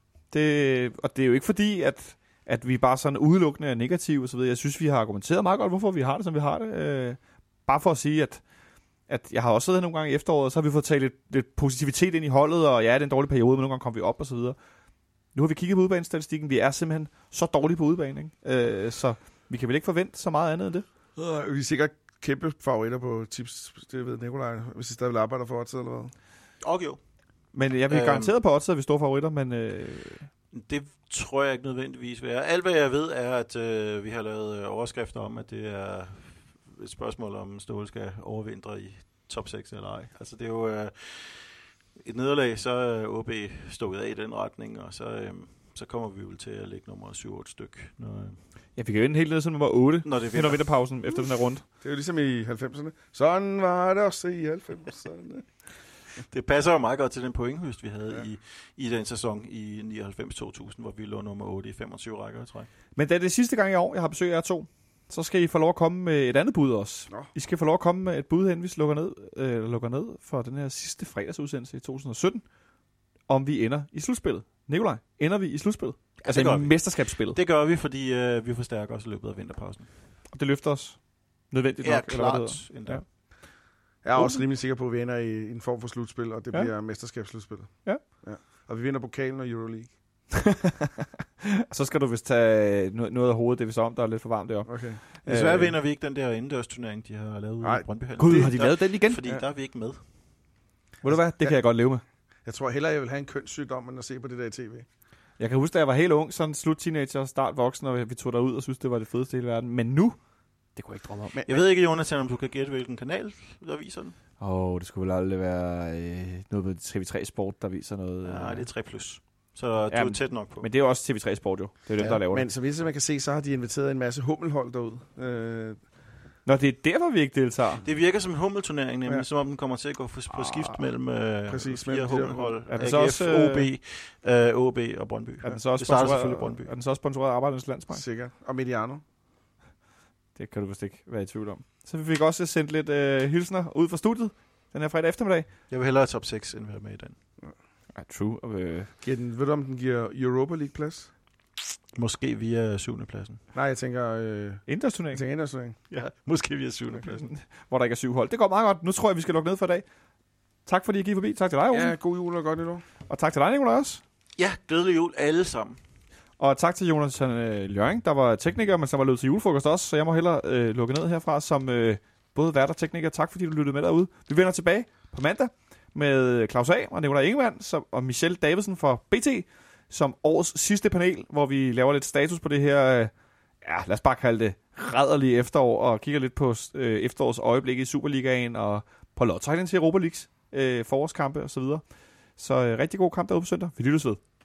Og det er jo ikke fordi, at vi bare sådan udelukkende er negative og så videre. Jeg synes, vi har argumenteret meget godt, hvorfor vi har det, som vi har det. Bare for at sige, at jeg har også siddet nogle gange i efteråret, så har vi fået taget lidt positivitet ind i holdet, og ja, det er en dårlig periode, men nogle gange kommer vi op og så videre. Nu har vi kigget på udebanestatistikken. Vi er simpelthen så dårlige på udebane, ikke? Så vi kan vel ikke forvente så meget andet end det. Vi er sikkert kæmpe favoritter på tips, det ved Nikolaj, hvis I stadig vil arbejde for odds, eller hvad? Okay, jo. Men jeg vil garanteret på odds, at vi står favoritter, men... Det tror jeg ikke nødvendigvis vil være. Alt hvad jeg ved er, at vi har lavet overskrifter om, at det er et spørgsmål om Ståle skal overvintre i top 6 eller ej. Altså det er jo et nederlag, så er OB stået af i den retning, og så kommer vi vel til at lægge nummer 7-8 styk. Ja, vi kan vinde helt ned som nummer 8, når det vinder vinterpausen efter den her runde. Det er jo ligesom i 90'erne. Sådan var det også i 90'erne. Det passer jo meget godt til den pointhøst, vi havde i den sæson i 99-2000, hvor vi lå nummer 8 i 25 rækker i træk. Men da det er sidste gang i år, jeg har besøg af jer 2, så skal I få lov at komme med et andet bud også. Nå. I skal få lov at komme med et bud hen, hvis vi lukker ned for den her sidste fredagsudsendelse i 2017, om vi ender i slutspillet. Nikolaj, ender vi i slutspillet? Ja, altså i mesterskabsspillet. Det gør vi, fordi vi forstærker os i løbet af vinterpausen. Og det løfter os nødvendigt nok. Klart. Ja. Jeg er også rimelig sikker på, at vi ender i en form for slutspil, og det bliver mesterskabsslutspillet. Ja. Og vi vinder pokalen og Euroleague. Så skal du vist tage noget af hovedet, det vi så om, der er lidt for varmt deroppe. Okay. Desværre vinder vi ikke den der indendørsturnering, de har lavet ude i Brøndbyhallen. Gud, har de lavet den igen? Fordi der er vi ikke med. Ved du hvad, det kan jeg godt leve med. Jeg tror hellere, jeg vil have en kønssygdom, end at se på det der i tv. Jeg kan huske, da jeg var helt ung, sådan slut teenager, start voksen, og vi tog derud og synes det var det fedeste i hele verden. Men nu, det kunne jeg ikke drømme om. Jeg ved ikke, Jonathan, om du kan gætte, hvilken kanal, der viser den. Det skulle vel aldrig være noget med TV3 Sport, der viser noget. Nej, det er 3+. Så du er tæt nok på. Men det er jo også TV3 Sport jo. Det er dem, der laver det. Men så vidt man kan se, så har de inviteret en masse hummelhold derud. Nå, det er derfor, vi ikke deltager. Det virker som en hummelturnering, nemlig, som om den kommer til at gå på skift mellem fire hummelhold. AGF, OB og Brøndby. Er den så også sponsoreret af Arbejdernes Landsbank? Sikkert. Og Mediano. Det kan du vist ikke være i tvivl om. Så vi fik også sendt lidt hilsner ud fra studiet den her fredag eftermiddag. Jeg vil hellere top 6, end være med i den. Ja, true. Ved du, om den giver Europa League plads? Måske via 7. pladsen. Nej, jeg tænker... Indendørsturnering. Ja, måske via 7. pladsen. Hvor der ikke er 7 hold. Det går meget godt. Nu tror jeg, vi skal lukke ned for i dag. Tak fordi I gik forbi. Tak til dig, Olsen. Ja, god jul og godt nytår. Og tak til dig, Nikolaj, også. Ja, glædelig jul alle sammen. Og tak til Jonathan Ljøring, der var tekniker, men som var løbet til julefrokost også, så jeg må hellere lukke ned herfra som både vært og tekniker. Tak fordi du lyttede med derude. Vi vender tilbage på mandag med Claus A. og Nikolaj Ingemann og Michelle Davidsen fra BT som årets sidste panel, hvor vi laver lidt status på det her, lad os bare kalde det rædderlige efterår, og kigger lidt på efterårets øjeblik i Superligaen og på lodtrækning til Europa Leagues forårskampe osv. Så rigtig god kamp derude på søndag. Vi lyttes ved.